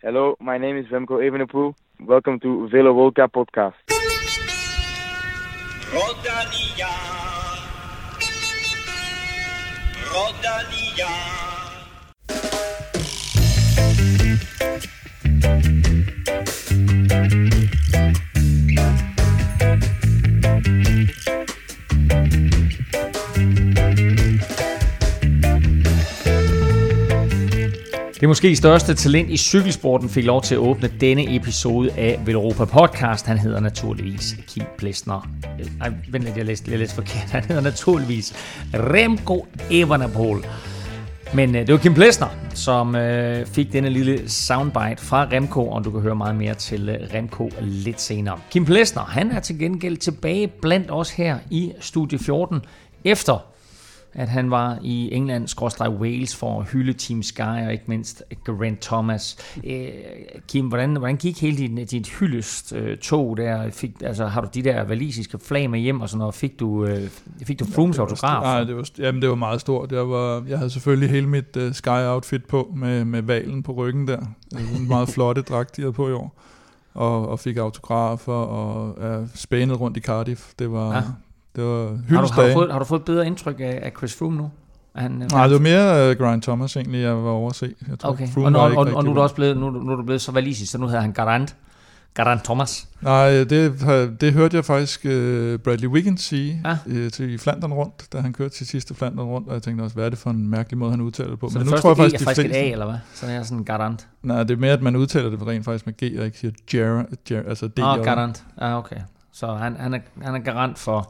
Hello, my name is Remco Evenepoel. Welcome to Velo Volca podcast. Rodania. Rodania. Det måske største talent i cykelsporten fik lov til at åbne denne episode af Velropa Podcast. Han hedder naturligvis Kim Plesner. Vent lidt, jeg læste forkert. Han hedder naturligvis Remco Evenepoel. Men det var Kim Plesner, som fik denne lille soundbite fra Remco, og du kan høre meget mere til Remco lidt senere. Kim Plesner, han er til gengæld tilbage blandt os her i Studie 14, efter at han var i England/Wales for at hylde Team Sky og ikke mindst Geraint Thomas. Kim, hvordan gik hele dit hyldest tog der? Har du de der walisiske flag med hjem og sådan noget? Fik du Froomes autograf? Nej, det var meget stort. Jeg havde selvfølgelig hele mit Sky-outfit på med valen på ryggen der. En meget flotte dragt, de havde på i år. Og fik autografer og spænet rundt i Cardiff. Det var hyldesdage. Har du fået et bedre indtryk af Chris Froome nu? Nej, det var mere Geraint Thomas egentlig, jeg var over at se. Jeg tror, okay. Og nu er du også blevet så walisisk, så nu hedder han Geraint Thomas. Nej, det hørte jeg faktisk Bradley Wiggins sige til Flandern rundt, da han kørte til sidste Flandern rundt, og jeg tænkte også, hvad er det for en mærkelig måde, han udtaler det på. Så men nu tror jeg faktisk, det er et A, eller hvad? Så det er sådan Geraint. Nej, det er mere, at man udtaler det rent faktisk med G, og ikke siger altså D. Geraint. Okay. Så han er garant for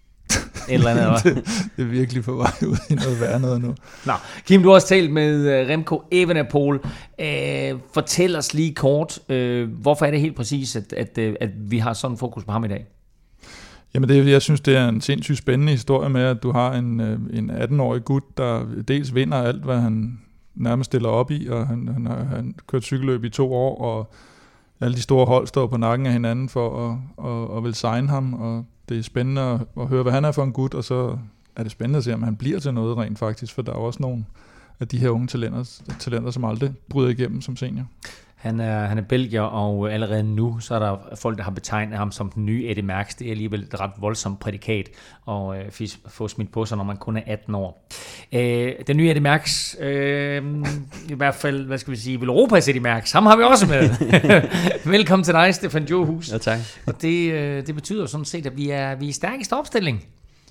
et eller andet. Det er virkelig for vej ud i noget værre noget nu. Nå, Kim, du har også talt med Remco Evenepoel. Fortæl os lige kort, hvorfor er det helt præcis, at vi har sådan fokus på ham i dag? Jamen jeg synes, det er en sindssygt spændende historie med, at du har en 18-årig gut, der dels vinder alt, hvad han nærmest stiller op i, og han har kørt cykelløb i 2 år, og alle de store hold står på nakken af hinanden for at vil signe ham, og det er spændende at høre, hvad han er for en gut, og så er det spændende at se, om han bliver til noget rent faktisk, for der er også nogle af de her unge talenter, som aldrig bryder igennem som senior. Han er belgier, og allerede nu, så er der folk, der har betegnet ham som den nye Eddy Merckx. Det er alligevel et ret voldsomt prædikat at få smidt på sig, når man kun er 18 år. Den nye Eddy Merckx, i hvert fald, hvad skal vi sige, Velropas Eddy Merckx, ham har vi også med. Velkommen til dig, Stefan Johus. Ja, tak. Og det betyder sådan set, at vi er i stærkeste opstilling.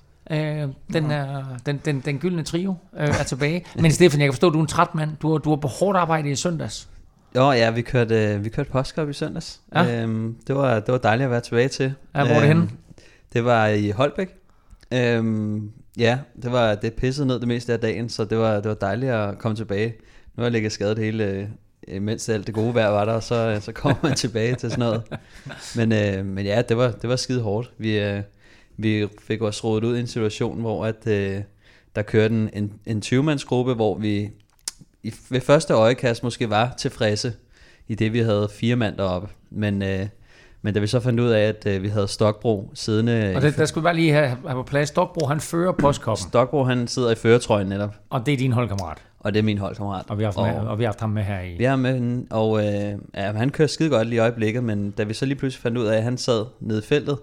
Den gyldne trio er tilbage. Men Stefan, jeg kan forstå, at du er en træt mand. Du har på hårdt arbejde i søndags. Jo, ja, vi kørte postcup i søndags. Ja. Det var dejligt at være tilbage til. Ja, hvor er det henne? Det var i Holbæk. Det pissede ned det meste af dagen, så det var dejligt at komme tilbage. Nu har jeg ligget skadet hele, mens alt det gode vejr var der, og så kommer man tilbage til sådan noget. Men ja, det var skide hårdt. Vi fik også rodet ud i en situation, hvor der kørte en 20-mandsgruppe, hvor vi ved første øjekast måske var tilfredse, i det vi havde 4 mand deroppe. Men da vi så fandt ud af, at vi havde Stokbro siddende... Og der skulle vi bare lige have på plads. Stokbro, han fører postkoppen. Stokbro, han sidder i førertrøjen netop. Og det er din holdkammerat. Og det er min holdkammerat. Og vi har haft ham med her i... Vi har med, og han kører skide godt lige i øjeblikket, men da vi så lige pludselig fandt ud af, at han sad nede i feltet,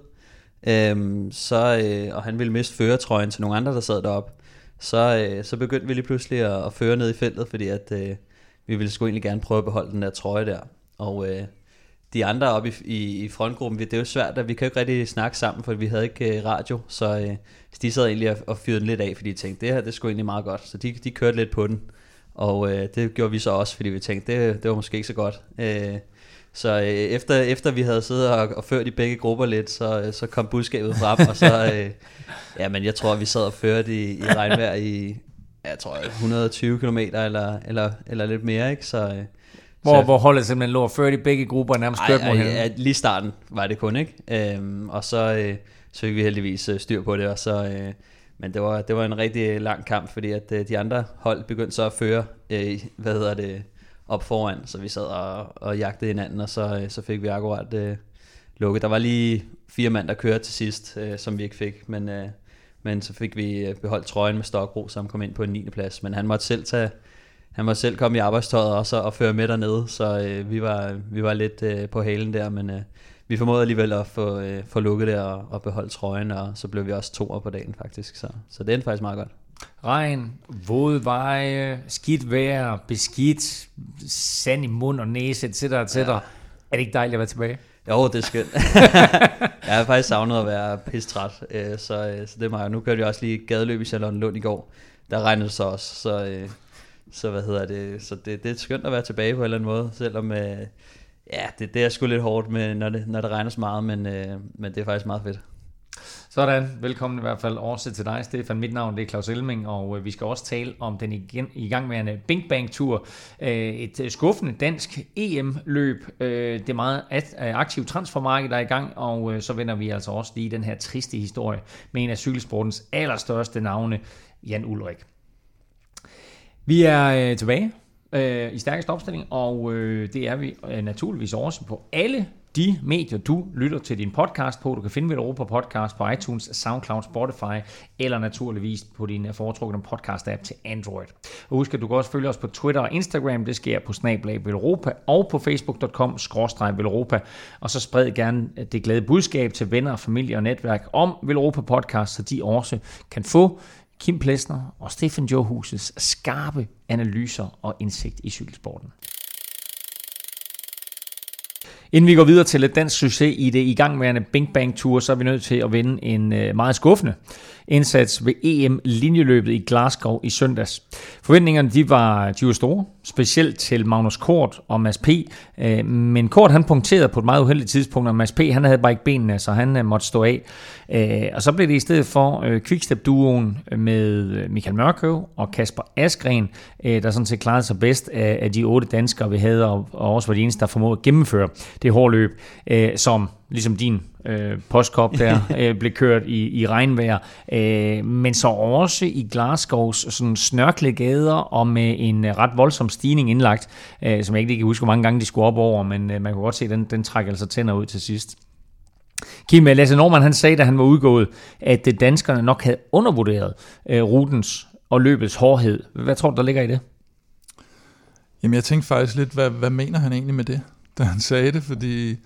og han ville miste førertrøjen til nogle andre, der sad deroppe, så begyndte vi lige pludselig at føre ned i feltet, fordi at vi ville sgu egentlig gerne prøve at beholde den der trøje der. Og de andre oppe i frontgruppen, det er jo svært, at vi kan jo ikke rigtig snakke sammen, for vi havde ikke radio, så de sad egentlig og fyrede den lidt af, fordi de tænkte, det her det er sgu egentlig meget godt, så de kørte lidt på den. Og det gjorde vi så også, fordi vi tænkte, det var måske ikke så godt. Så efter vi havde siddet og ført i begge grupper lidt, så kom budskabet frem, og så, men jeg tror, vi sad og førte i regnvejr i, jeg tror 120 km eller lidt mere, ikke? Hvor holdet simpelthen lå og førte i begge grupper, nærmest kørte mod hinanden? Lige starten var det kun, ikke? Og så fik vi heldigvis styr på det, og så... Men det var en rigtig lang kamp, fordi at de andre hold begyndte så at føre, op foran, så vi sad og jagtede hinanden, og så fik vi akkurat lukket. Der var lige 4 mand, der kørte til sidst, som vi ikke fik, men så fik vi beholdt trøjen med Stokbro, som kom ind på en 9. plads, men han måtte selv tage han var selv komme i arbejdstøjet også og føre med dernede, så vi var lidt på halen der, men vi formåede alligevel at få lukket det og beholde trøjen, og så blev vi også 2'er på dagen faktisk, så det endte faktisk meget godt. Regn, våde veje, skidt vejr, beskidt, sand i mund og næse, etc. etc. Ja. Er det ikke dejligt at være tilbage? Jo, det er skønt. Jeg har faktisk savnet at være pistræt, så det er meget. Nu kørte jeg også lige gadeløb i Charlottenlund i går. Der regnede det så også, så det er skønt at være tilbage på en eller anden måde, selvom det er sgu lidt hårdt, med, når det regner så meget, men det er faktisk meget fedt. Sådan, velkommen i hvert fald også til dig, Stefan. Mit navn det er Claus Elming, og vi skal også tale om den igangværende Bing Bang Tour. Et skuffende dansk EM-løb. Det er meget aktiv transfermarked, der er i gang, og så vender vi altså også lige den her triste historie med en af cykelsportens allerstørste navne, Jan Ullrich. Vi er tilbage i stærkeste opstilling, og det er vi naturligvis også på alle de medier, du lytter til din podcast på. Du kan finde Europa Podcast på iTunes, SoundCloud, Spotify, eller naturligvis på din foretrukne podcast-app til Android. Og husk, at du kan også følge os på Twitter og Instagram. Det sker på @Velropa og på facebook.com/Velropa. Og så spred gerne det glade budskab til venner, familie og netværk om Velropa Podcast, så de også kan få Kim Plesner og Stefan Johus' skarpe analyser og indsigt i cykelsporten. Inden vi går videre til et dansk succes i det igangværende Bing Bang Tour, så er vi nødt til at vinde en meget skuffende indsats ved EM-linjeløbet i Glasgow i søndags. Forventningerne de var store, specielt til Magnus Kort og Mads P. Men Kort han punkterede på et meget uheldigt tidspunkt, og Mads P. han havde bare ikke benene, så han måtte stå af. Og så blev det i stedet for Quickstep-duoen med Michael Mørkøv og Kasper Asgreen, der sådan set klarede sig bedst af de 8 danskere, vi havde, og også var de eneste, der formåede at gennemføre det hårde løb, som ligesom din postkop der blev kørt i regnvejr, men så også i Glasgows sådan snørklede gader og med en ret voldsom stigning indlagt, som jeg ikke kan huske, hvor mange gange de skulle op over, men man kunne godt se, at den trækker altså tænder ud til sidst. Kim, Lasse Norman han sagde, da han var udgået, at danskerne nok havde undervurderet rutens og løbets hårdhed. Hvad tror du, der ligger i det? Jamen jeg tænkte faktisk lidt, hvad mener han egentlig med det, da han sagde det, fordi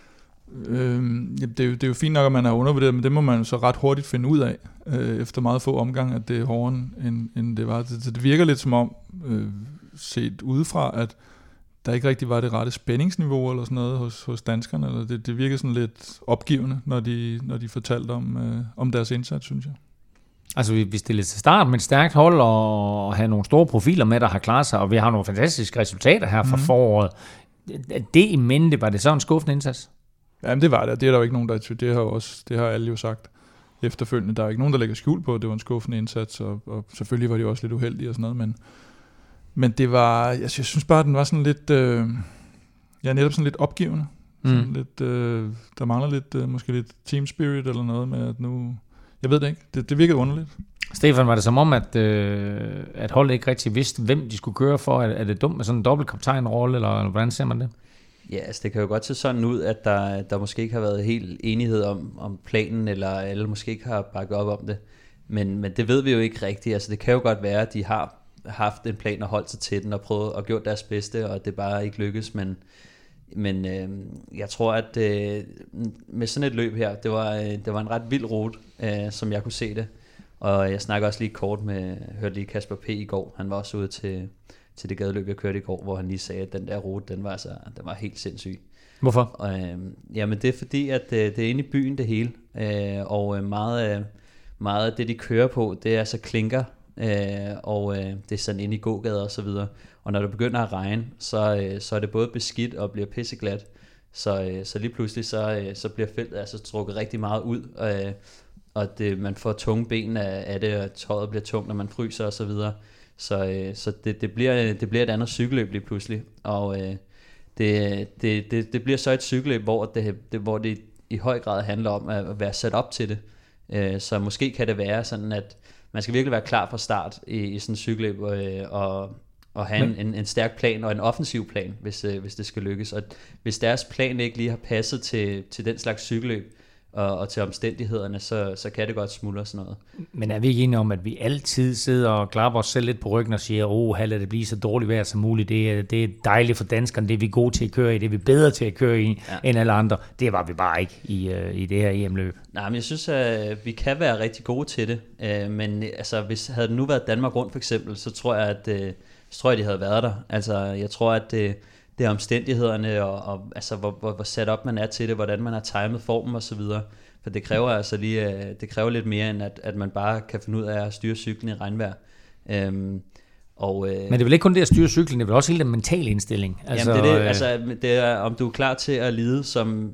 det er jo fint nok, at man har undervurderet, men det må man så ret hurtigt finde ud af, efter meget få omgang, at det er hårdere, end det var. Det virker lidt som om, set udefra, at der ikke rigtig var det rette spændingsniveau eller sådan noget hos danskerne. Eller det virker sådan lidt opgivende, når de fortalte om deres indsats, synes jeg. Altså vi stillede til start med et stærkt hold og have nogle store profiler med, der har klaret sig, og vi har nogle fantastiske resultater her fra foråret. Det i mente, var det så en skuffende indsats? Jamen det var det, det er der jo ikke nogen, det har alle jo sagt efterfølgende. Der er ikke nogen, der lægger skjul på, at det var en skuffende indsats, og selvfølgelig var det jo også lidt uheldigt og sådan noget, men det var, jeg synes bare, den var sådan lidt, netop sådan lidt opgivende. Sådan lidt, der mangler lidt, måske lidt team spirit eller noget med, at nu, jeg ved det ikke, det virkede underligt. Stefan, var det som om, at holdet ikke rigtig vidste, hvem de skulle køre for? Er det dumt med sådan en dobbeltkaptajnrolle, eller hvordan ser man det? Ja, altså det kan jo godt se sådan ud, at der måske ikke har været helt enighed om planen, eller alle måske ikke har bakket op om det. Men det ved vi jo ikke rigtigt. Altså det kan jo godt være, at de har haft en plan og holdt sig til den og prøvet og gjort deres bedste, og det bare ikke lykkes. Men jeg tror, at med sådan et løb her, det var en ret vild rute, som jeg kunne se det. Og jeg snakker også lige kort hørte lige Kasper P. i går. Han var også ude til det gadeløb, jeg kørte i går, hvor han lige sagde, at den der rute, den var helt sindssyg. Hvorfor? Jamen det er fordi, at det er inde i byen det hele, og meget af det, de kører på, det er så klinker, og det er sådan inde i gågader og så videre. Og når det begynder at regne, så er det både beskidt og bliver pisseglat, så lige pludselig så bliver feltet altså trukket rigtig meget ud, og man får tunge ben af det, og tøjet bliver tungt, når man fryser og så videre. Så det bliver et andet cykelløb lige pludselig, og det bliver så et cykelløb, hvor det i høj grad handler om at være sat op til det. Så måske kan det være sådan, at man skal virkelig være klar fra start i sådan et cykelløb, og have en stærk plan og en offensiv plan, hvis det skal lykkes. Og hvis deres plan ikke lige har passet til den slags cykelløb, og til omstændighederne, så kan det godt smuldre sådan noget. Men er vi ikke enige om, at vi altid sidder og klapper os selv lidt på ryggen og siger, lad det blive så dårligt vejr som muligt, det er dejligt for danskerne, det er vi gode til at køre i, det er vi bedre til at køre i end alle andre. Det var vi bare ikke i det her EM-løb. Nej, men jeg synes, at vi kan være rigtig gode til det, men altså, hvis havde det nu været Danmark rundt for eksempel, så tror jeg, at de havde været der. Altså, jeg tror, at det er omstændighederne, og altså, hvor sat op man er til det, hvordan man har timet formen og så videre. For det kræver altså det kræver lidt mere, end at man bare kan finde ud af at styre cyklen i regnvejr. Men det er vel ikke kun det at styre cyklen, det er vel også hele den mentale indstilling. Altså, jamen det er, om du er klar til at lide, som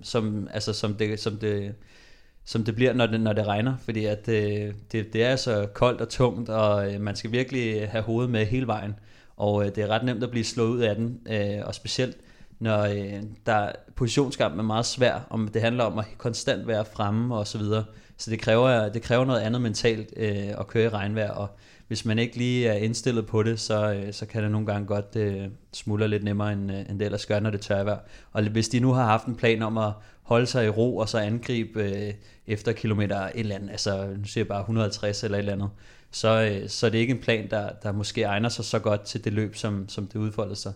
det bliver, når det regner. Fordi at det er så koldt og tungt, og man skal virkelig have hovedet med hele vejen. Og det er ret nemt at blive slået ud af den, og specielt når positionskampen er meget svær, om det handler om at konstant være fremme og så videre. Så det kræver noget andet mentalt at køre i regnvejr, og hvis man ikke lige er indstillet på det, så kan det nogle gange godt smuldre lidt nemmere, end det ellers gør, når det tør vejr. Og hvis de nu har haft en plan om at holde sig i ro, og så angribe efter kilometer et eller andet, altså nu siger jeg bare 150 eller et eller andet, så er det ikke en plan, der måske egner sig så godt til det løb, som det udfolder sig.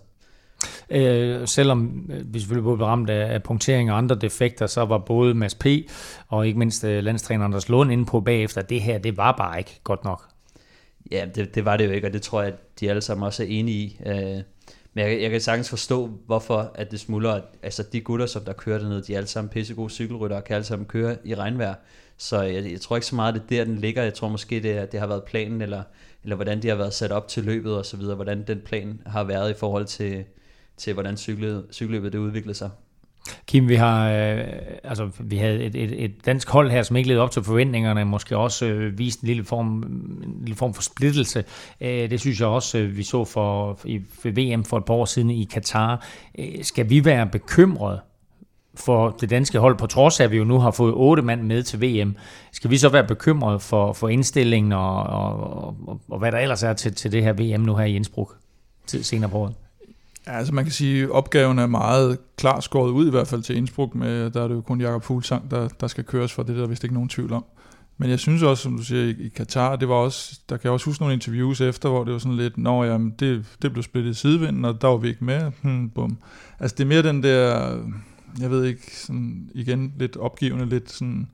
Selvom vi selvfølgelig både blev ramt af punktering og andre defekter, så var både Mads P. og ikke mindst landstræner Anders Lund inde på bagefter, at det her, det var bare ikke godt nok. Ja, det var det jo ikke, og det tror jeg, at de alle sammen også er enige i. Men jeg kan sagtens forstå, hvorfor at det smuldrer. Altså de gutter, som der kører dernede, de er alle sammen pissegode cykelryttere og kan alle sammen køre i regnvejr. Så jeg tror ikke så meget, det der, den ligger. Jeg tror måske, det har været planen, eller hvordan de har været sat op til løbet og så videre. Hvordan den plan har været i forhold til hvordan cykelløbet det udviklede sig. Kim, vi havde et dansk hold her, som ikke levede op til forventningerne, måske også vist en lille form for splittelse. Det synes jeg også, vi så i VM for et par år siden i Katar. Skal vi være bekymrede for det danske hold, på trods af, at vi jo nu har fået 8 mand med til VM? Skal vi så være bekymrede for indstillingen og hvad der ellers er til det her VM nu her i Innsbruck senere på året? Ja, altså man kan sige, at opgaven er meget klart skåret ud, i hvert fald til Innsbruck. Der er det jo kun Jakob Fuglsang, der skal køres for det, der vist ikke nogen tvivl om. Men jeg synes også, som du siger, i Katar, det var også, der kan jeg også huske nogle interviews efter, hvor det var sådan lidt, jamen, det blev splittet i sidevinden, og der var vi ikke med. Bum. Altså det er mere den der, jeg ved ikke, sådan, igen lidt opgivende, lidt sådan,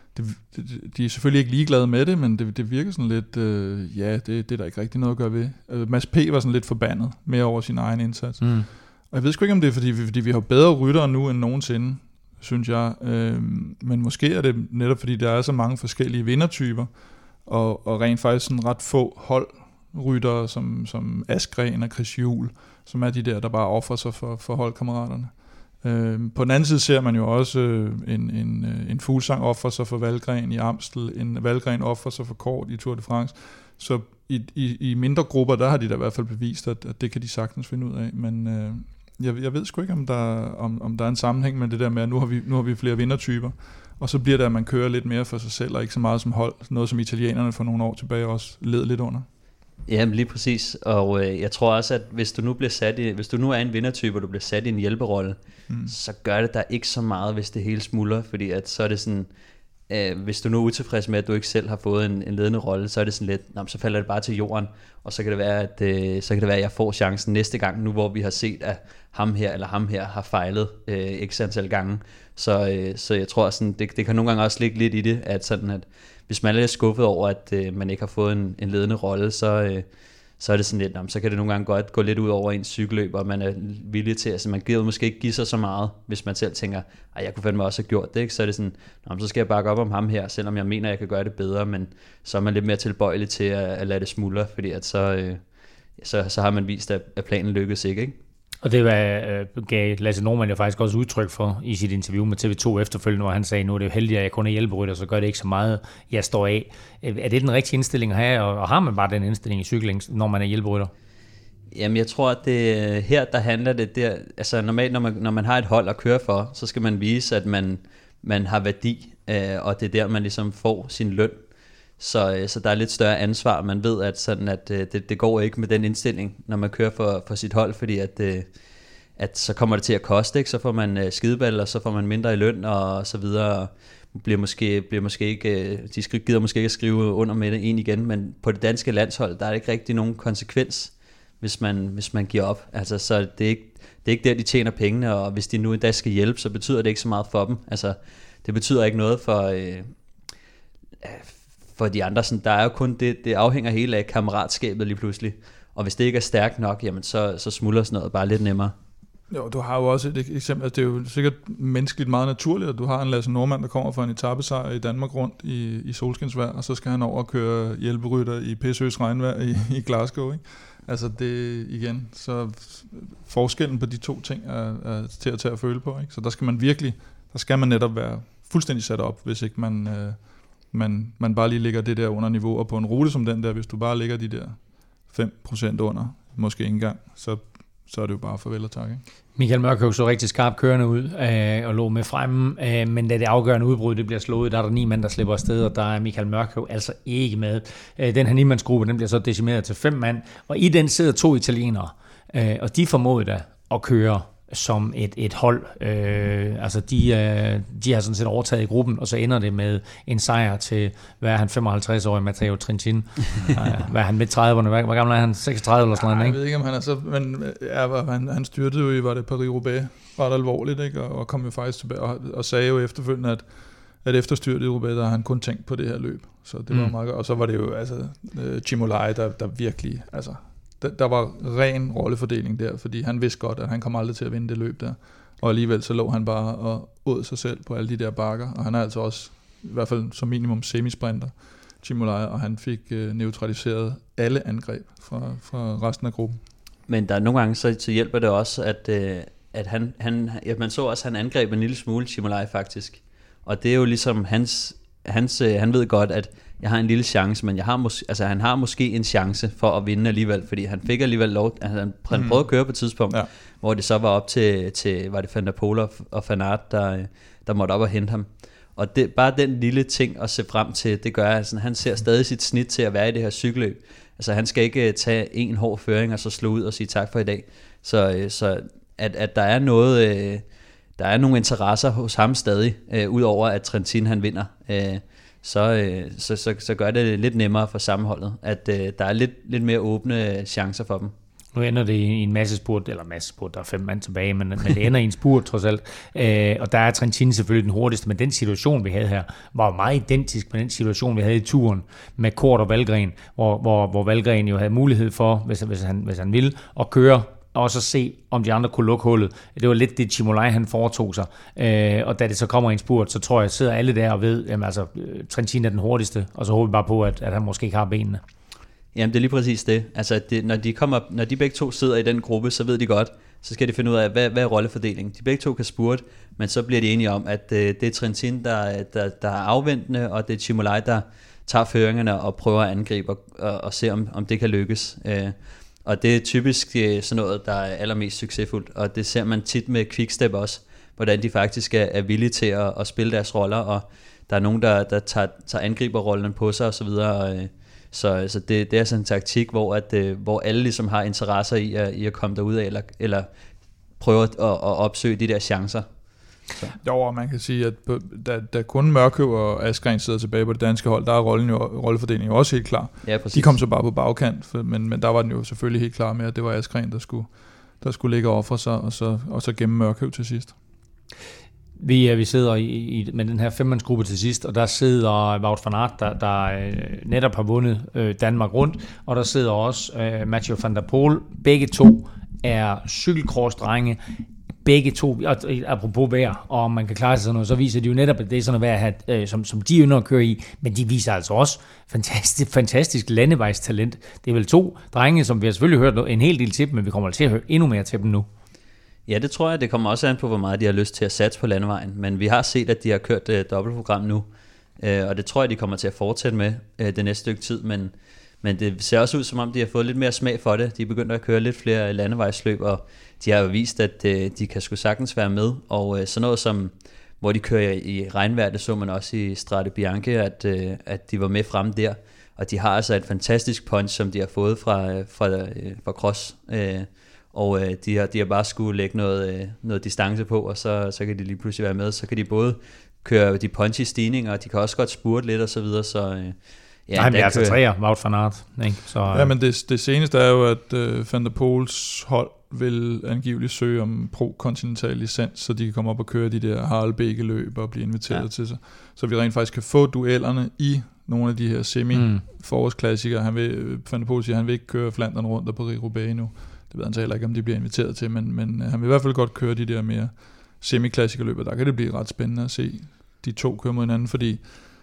de er selvfølgelig ikke ligeglade med det, men det virker sådan lidt, det er der ikke rigtig noget at gøre ved. Mads P. var sådan lidt forbandet mere over sin egen indsats. Og jeg ved sgu ikke, om det er, fordi vi har bedre ryttere nu end nogensinde, synes jeg. Men måske er det netop, fordi der er så mange forskellige vindertyper, og rent faktisk sådan ret få holdryttere, som Askren og Chris Juhl, som er de der bare offrer sig for holdkammeraterne. På den anden side ser man jo også en Fuglsang offer sig for Valgren i Amstel, en Valgren offer sig for Kort i Tour de France. Så i mindre grupper, der har de da i hvert fald bevist, at det kan de sagtens finde ud af. Men jeg ved sgu ikke, om der er en sammenhæng med det der med, at nu har vi flere vindertyper, og så bliver det, at man kører lidt mere for sig selv, og ikke så meget som hold. Noget, som italienerne for nogle år tilbage også led lidt under. Ja, lige præcis. Og jeg tror også, at hvis du nu er en vindertype, og du bliver sat i en hjælperolle, så gør det der ikke så meget, hvis det hele smuldrer, fordi at så er det sådan, hvis du nu er utilfreds med, at du ikke selv har fået en ledende rolle, så er det sådan lidt, så falder det bare til jorden, og så kan det være, at jeg får chancen næste gang, nu hvor vi har set, at ham her har fejlet x antal gange. Så jeg tror sådan, det kan nogle gange også ligge lidt i det, at sådan at hvis man er lidt skuffet over, at man ikke har fået en ledende rolle, så er det sådan lidt, så kan det nogle gange godt gå lidt ud over ens cykelløb, og man er villig til, altså man giver måske ikke give sig så meget, hvis man selv tænker, jeg kunne fandme også have gjort det, ikke? Så er det sådan, så skal jeg bakke op om ham her, selvom jeg mener, jeg kan gøre det bedre, men så er man lidt mere tilbøjelig til at lade det smuldre, fordi at så har man vist, at planen lykkedes ikke? Og det gav Lasse Norman jo faktisk også udtryk for i sit interview med TV2 efterfølgende, hvor han sagde, nu er det jo heldigt, at jeg kun er hjælperytter, så gør det ikke så meget, jeg står af. Er det den rigtige indstilling at have, og har man bare den indstilling i cykling, når man er hjælperytter? Jamen jeg tror, at det her, der handler det der, altså normalt, når man har et hold at køre for, så skal man vise, at man har værdi, og det er der, man ligesom får sin løn. Så der er lidt større ansvar. Man ved, at det går ikke med den indstilling, når man kører for sit hold, fordi at så kommer det til at koste, ikke? Så får man skideball, og så får man mindre i løn og så videre. bliver måske ikke, de gider måske ikke at skrive under med det en igen, men på det danske landshold, der er ikke rigtig nogen konsekvens, hvis man giver op. Altså, så det er ikke der, de tjener pengene, og hvis de nu endda skal hjælpe, så betyder det ikke så meget for dem. Altså, det betyder ikke noget for de andre. Sådan, der er jo kun det afhænger hele af kammeratskabet lige pludselig. Og hvis det ikke er stærkt nok, jamen så smuldrer sådan noget bare lidt nemmere. Jo, du har jo også et eksempel, altså det er jo sikkert menneskeligt meget naturligt, at du har en Lasse Normann, der kommer fra en etapesejr i Danmark rundt i solskinsvejr, og så skal han over og køre hjælperytter i pissøs regnvejr i Glasgow, ikke? Altså det igen, så forskellen på de to ting er til at tage at føle på, ikke? Så der skal man netop være fuldstændig sat op, hvis ikke man bare lige ligger det der under niveau, og på en rute som den der, hvis du bare ligger de der 5% under, måske ikke engang, så er det jo bare farvel og tak, ikke? Michael Mørkøv så rigtig skarpt kørende ud og lå med fremme, men da det afgørende udbrud det bliver slået, der er der 9 mand, der slipper afsted, og der er Michael Mørkøv altså ikke med. Den her 9-mandsgruppe, den bliver så decimeret til 5 mand, og i den sidder 2 italienere, og de formåede da at køre som et hold. Altså de har sådan set overtaget i gruppen, og så ender det med en sejr til, hvad er han, 55-årig Matteo Trentin. Hvad er han, midt 30'erne? Hvor gammel er han? 36 eller sådan noget, ikke? Jeg ved ikke, om han er så, men han styrtede jo i, var det Paris-Roubaix, ret alvorligt, ikke? Og kom jo faktisk tilbage, og sagde jo efterfølgende, at efter styrtet i Roubaix, der har han kun tænkt på det her løb. Så det var meget godt. Og så var det jo Cimolai, der virkelig, altså der var ren rollefordeling der, fordi han vidste godt, at han kom aldrig til at vinde det løb der. Og alligevel så lå han bare og åd sig selv på alle de der bakker, og han er altså også, i hvert fald som minimum semisprinter, Cimolai, og han fik neutraliseret alle angreb fra resten af gruppen. Men der er nogle gange, så hjælper det også, at man så også, at han angreb en lille smule Cimolai faktisk. Og det er jo ligesom han ved godt, at jeg har en lille chance, men han har måske en chance for at vinde alligevel, fordi han fik alligevel lov, han prøvede at køre på et tidspunkt, hvor det så var op til var det Van der Poel og Van Aert, der måtte op og hente ham. Og bare den lille ting at se frem til, det gør, at han ser stadig sit snit til at være i det her cykelløb. Altså han skal ikke tage en hård føring og så slå ud og sige tak for i dag. Så at der er noget, der er nogle interesser hos ham stadig, udover at Trentin han vinder. Så gør det lidt nemmere for sammenholdet, at der er lidt mere åbne chancer for dem. Nu ender det i en massespurt, der er 5 mand tilbage, men det ender i en spurt trods alt. Og der er Trentin selvfølgelig den hurtigste, men den situation, vi havde her, var meget identisk med den situation, vi havde i turen med Kort og Valgren, hvor Valgren jo havde mulighed for, hvis han ville, at køre og så se, om de andre kunne lukke hullet. Det var lidt det, Cimolai han foretog sig. Og da det så kommer i en spurt, så tror jeg, sidder alle der og ved, jamen altså, Trentin er den hurtigste, og så håber vi bare på, at han måske ikke har benene. Jamen, det er lige præcis det. Altså, når de begge to sidder i den gruppe, så ved de godt, så skal de finde ud af, hvad er rollefordelingen. De begge to kan spurte, men så bliver de enige om, at det er Trentin, der er afventende, og det er Cimolai, der tager føringerne og prøver at angribe og se, om det kan lykkes. Og det er typisk sådan noget, der er allermest succesfuldt, og det ser man tit med Quickstep også, hvordan de faktisk er villige til at spille deres roller, og der er nogen, der tager angriberrollen på sig osv., så det er sådan en taktik, hvor alle ligesom har interesser i at komme derud af, eller prøve at opsøge de der chancer. Så. Jo, og man kan sige, at da kun Mørkøv og Askren sidder tilbage på det danske hold, der er rollefordelingen jo også helt klar. Ja, præcis. De kom så bare på bagkant, men der var den jo selvfølgelig helt klar med, at det var Askren, der skulle ligge over for sig, og så gemme Mørkøv til sidst. Vi sidder med den her 5-mandsgruppe til sidst, og der sidder Wout van Aert, der netop har vundet Danmark rundt, og der sidder også Mathieu van der Poel. Begge to er cykelcross-drenge. Begge to, apropos vejr, og om man kan klare sig sådan noget, så viser de jo netop, at det er sådan noget vejr, som de ynder at køre i, men de viser altså også fantastisk landevejstalent. Det er vel 2 drenge, som vi har selvfølgelig hørt en hel del til dem, men vi kommer til at høre endnu mere til dem nu. Ja, det tror jeg. Det kommer også an på, hvor meget de har lyst til at satse på landevejen, men vi har set, at de har kørt dobbeltprogram nu, og det tror jeg, de kommer til at fortsætte med det næste stykke tid, men det ser også ud, som om de har fået lidt mere smag for det. De er begyndt at køre lidt flere landevejsløb, og de har jo vist, at de kan sgu sagtens være med. Og sådan noget som, hvor de kører i regnvejr, det så man også i Strade Bianche, at de var med frem der. Og de har altså et fantastisk punch, som de har fået fra cross. og de har bare skulle lægge noget distance på, og så kan de lige pludselig være med. Så kan de både køre de punchy stigninger, og de kan også godt spurte lidt og så videre, så... Nej, men det er altså træer, Wout van Aert. Ikke? Så, ja, men det seneste er jo, at Van der Poels hold vil angiveligt søge om pro-kontinental licens, så de kan komme op og køre de der Harelbeke-løb og blive inviteret til sig. Så vi rent faktisk kan få duellerne i nogle af de her semi-forårsklassikere. Van der Poel siger, at han vil ikke køre Flandern rundt og Paris-Roubaix nu. Det ved han så heller ikke, om de bliver inviteret til, men han vil i hvert fald godt køre de der mere semi-klassikerløb, og der kan det blive ret spændende at se de to køre mod hinanden, fordi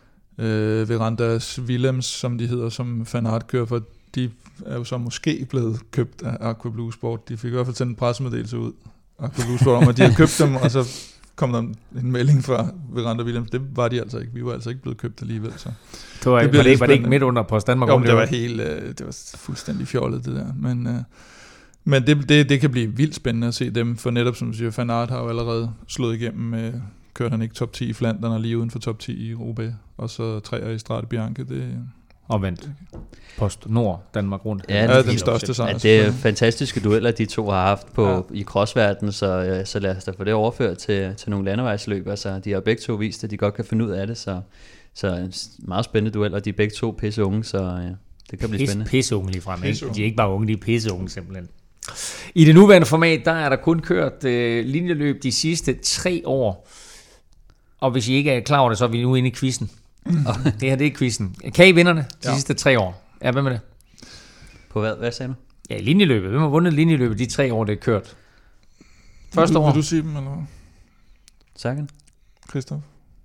Verandas Willems, som de hedder, som Van Aert kører for, de er jo så måske blevet købt af Aqua Blue Sport. De fik i hvert fald sendt en pressemeddelelse ud, Aqua Blue Sport, om at de havde købt dem, og så kom der en melding fra Veranda Willems. Det var de altså ikke. Vi var altså ikke blevet købt alligevel. Så. Var det ikke midt under på Danmark? Jo, det var fuldstændig fjollet, det der. Men det kan blive vildt spændende at se dem, for netop som du siger, Van Aert har jo allerede slået igennem, kørte han ikke top 10 i Flandern og lige uden for top 10 i Roubaix, og så 3'er i Strade Bianche. Og vent. Post Nord, Danmark rundt. Ja, den største sejr. Ja, det er fantastiske dueller, de to har haft i crossverdenen, så lad os da få det overført til nogle landevejsløb. Altså, de har begge to vist, at de godt kan finde ud af det, så meget spændende dueller. De er begge to pisse unge, så det kan blive spændende. Pisse unge lige frem, ikke? De er ikke bare unge, de er pisse unge simpelthen. I det nuværende format, der er der kun kørt linjeløb de sidste 3 år. Og hvis I ikke er klar over det, så er vi nu inde i quizzen. Det her, det er quizzen. Kan I vinderne de sidste 3 år? Ja, hvem er det? På hvad sagde du? Ja, linjeløbet. Hvem har vundet linjeløbet de 3 år, det er kørt? Første år. Vil du sige dem, eller? Sagan. Christoph.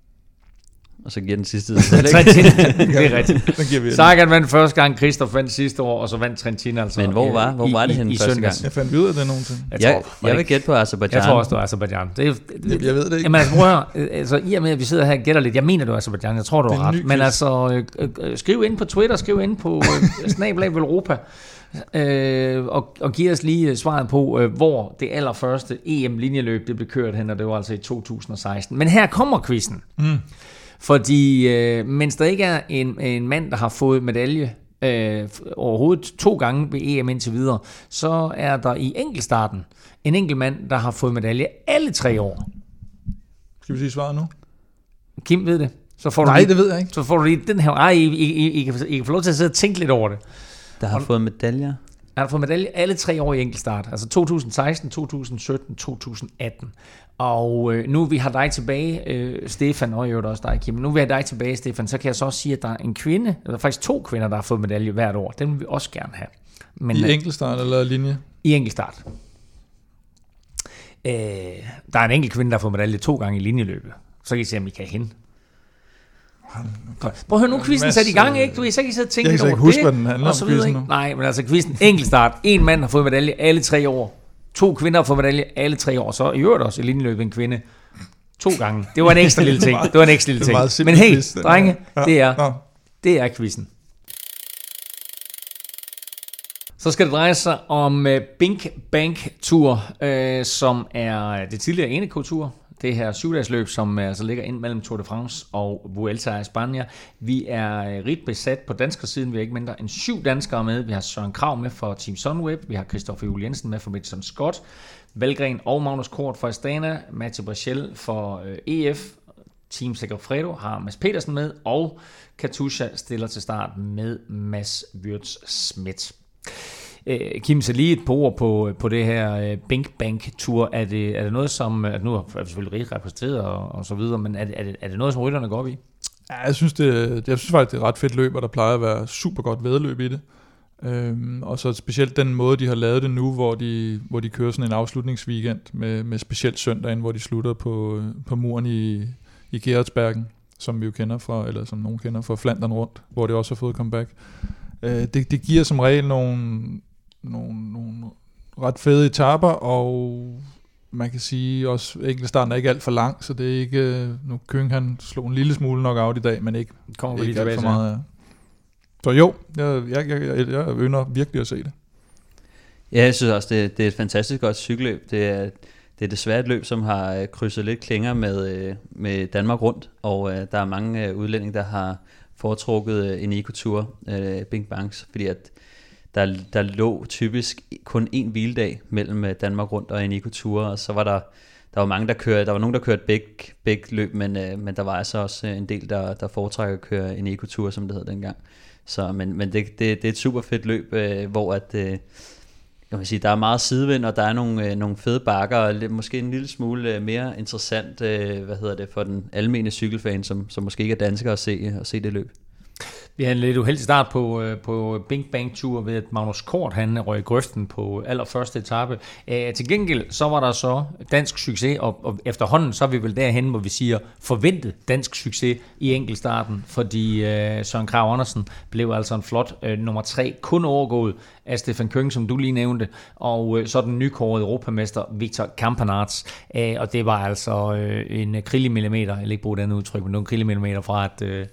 Og så giver den sidste. Det er rigtigt. Sagan vandt første gang, Christoph vandt sidste år, og så vandt Trentin altså. Men hvor var det henne første gang? Jeg fandt ud af det nogensinde. Jeg vil gætte på Aserbajdsjan. Jeg tror også, det var Aserbajdsjan. Jeg ved det ikke. Jamen altså, i og med, at vi sidder her og gætter lidt, jeg mener, det var Aserbajdsjan. Jeg tror, du har ret. Men altså, skriv ind på Twitter, skriv ind på @Velropa, og giv os lige svaret på, hvor det allerførste EM-linjeløb det blev kørt hen, og det var altså i 2016. Men her kommer quizzen. Fordi mens der ikke er en mand, der har fået medalje overhovedet 2 gange ved EM indtil videre, så er der i enkeltstarten en enkelt mand, der har fået medalje alle 3 år. Skal vi sige svaret nu? Kim ved det. Så får Nej, det ved jeg ikke. Så får du lige den her. I kan få lov til at sidde og tænke lidt over det. Der har fået medaljer? Han har fået medalje alle 3 år i enkeltstart. Altså 2016, 2017, 2018. Og nu vi har dig tilbage, Stefan, og jo også dig, Kim. Nu vil jeg dig tilbage, Stefan. Så kan jeg så også sige, at der er en kvinde, eller faktisk 2 kvinder, der har fået medalje hvert år. Den vil vi også gerne have. Men, i enkeltstart eller linje? I enkeltstart. Der er en enkelt kvinde, der har fået medalje 2 gange i linjeløbet. Så kan I se, om I kan hende. Prøv at høre, nu quizzen sat i gang, ikke? Du så kan I sidde og tænke lidt over det. Jeg kan ikke huske, hvad den handler om quizzen nu. Nej, men altså quizzen, enkeltstart. 1 mand har fået medalje alle 3 år. 2 kvinder har fået medalje alle 3 år. Så i øvrigt også i linjeløbet en kvinde 2 gange. Det var en ekstra lille ting. Men hey, drenge, det er quizzen. Så skal det dreje sig om Bing Bank Tour, som er det tidligere Eneco Tour. Det her 7-dagsløb, som altså ligger ind mellem Tour de France og Vuelta i Spanien. Vi er rigt besat på danskersiden. Vi har ikke mindre end 7 danskere med. Vi har Søren Kragh med for Team Sunweb. Vi har Christopher Juhl Jensen med for Madison Scott. Valgren og Magnus Kort for Astana. Mathieu Brechel for EF. Team Segafredo har Mads Petersen med. Og Katusha stiller til start med Mads Wirtz Schmidt. Kim, så lige et par ord på det her Bing Bank Tour. Er det noget, som... Nu er vi selvfølgelig rigtig repræsenteret og så videre, men er det noget, som rytterne går op i? Ja, jeg synes faktisk, det er et ret fedt løb, og der plejer at være super godt væddeløb i det. Og så specielt den måde, de har lavet det nu, hvor de kører sådan en afslutningsweekend med specielt søndagen, hvor de slutter på muren i Gerardsbergen, som vi jo kender fra, eller som nogen kender fra Flandern rundt, hvor det også har fået comeback. Det giver som regel nogle ret fede etaper, og man kan sige også, at enkeltstarten er ikke alt for lang, så det er ikke, nu Køng han slog en lille smule nok out i dag, men ikke alt for meget. Så jo, jeg ynder virkelig at se det. Ja, jeg synes også, det er et fantastisk godt cykelløb. Det er desværre et løb, som har krydset lidt klinger med Danmark rundt, og der er mange udlændinge, der har foretrukket en ecotour, Bing Banks, fordi at der lå typisk kun en hviledag mellem Danmark Rundt og Eneco Tour, og så var der var mange, der var nogen, der kørte begge løb, men der var altså også en del, der foretrækker at køre Eneco Tour, som det hed dengang. Så, men det er et super fedt løb, hvor at, jeg vil sige, der er meget sidevind, og der er nogle fede bakker, og måske en lille smule mere interessant, for den almene cykelfan, som måske ikke er dansker at se det løb. Vi havde en lidt uheldig start på Bing Bang Tour ved, at Magnus Kort han røg i grøften på allerførste etape. Til gengæld så var der så dansk succes, og efterhånden så er vi vel derhen, hvor vi siger forventet dansk succes i enkeltstarten, fordi Søren Kragh Andersen blev altså en flot nummer 3, kun overgået af Stefan Küng, som du lige nævnte, og så den nykårede europamester Victor Campenaerts, og det var altså en krillemillimeter, jeg vil ikke bruge den udtryk, men nogle krillemillimeter fra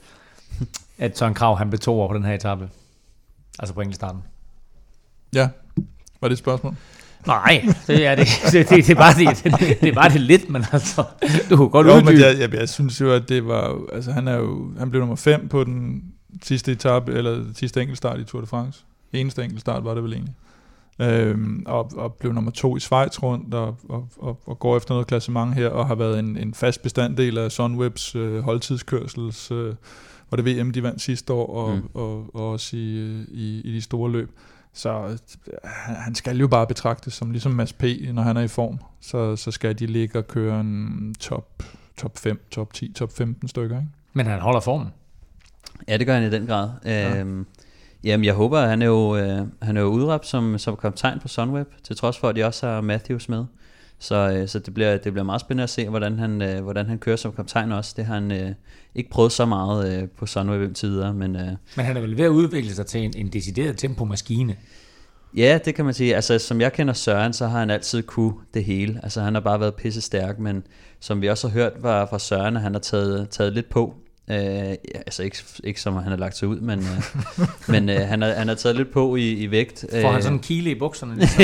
at Søren Kragh han blev 2 år på den her etape. Altså på enkeltstarten. Ja, var det et spørgsmål? Nej, det er det. Det er bare det lidt, men altså, du kunne godt uddybe. Jeg synes jo, at det var, altså han blev nummer 5 på den sidste etape, eller sidste enkeltstart i Tour de France. Eneste enkeltstart var det vel egentlig. Og blev nummer 2 i Schweiz rundt, og går efter noget klassement her, og har været en fast bestanddel af Sunwebs holdtidskørsels, var det VM, de vandt sidste år, og også i de store løb. Så han skal jo bare betragtes som ligesom Mads P., når han er i form. Så skal de ligge og køre en top 5, top 10, top 15 stykker, ikke? Men han holder formen. Ja, det gør han i den grad. Ja. Jamen, jeg håber, at han er jo udråbt som kaptajn på Sunweb, til trods for, at de også har Matthews med. Så det bliver meget spændende at se, hvordan han kører som kaptajn også. Det har han ikke prøvet så meget på Sunweb til videre. Men han er vel ved at udvikle sig til en decideret tempomaskine. Ja, det kan man sige. Altså, som jeg kender Søren, så har han altid kunne det hele. Altså, han har bare været pisse stærk, men som vi også har hørt var fra Søren, at han har taget lidt på. Altså ikke som han har lagt sig ud, men han har taget lidt på i vægt. Får han sådan en kile i bukserne? Ligesom?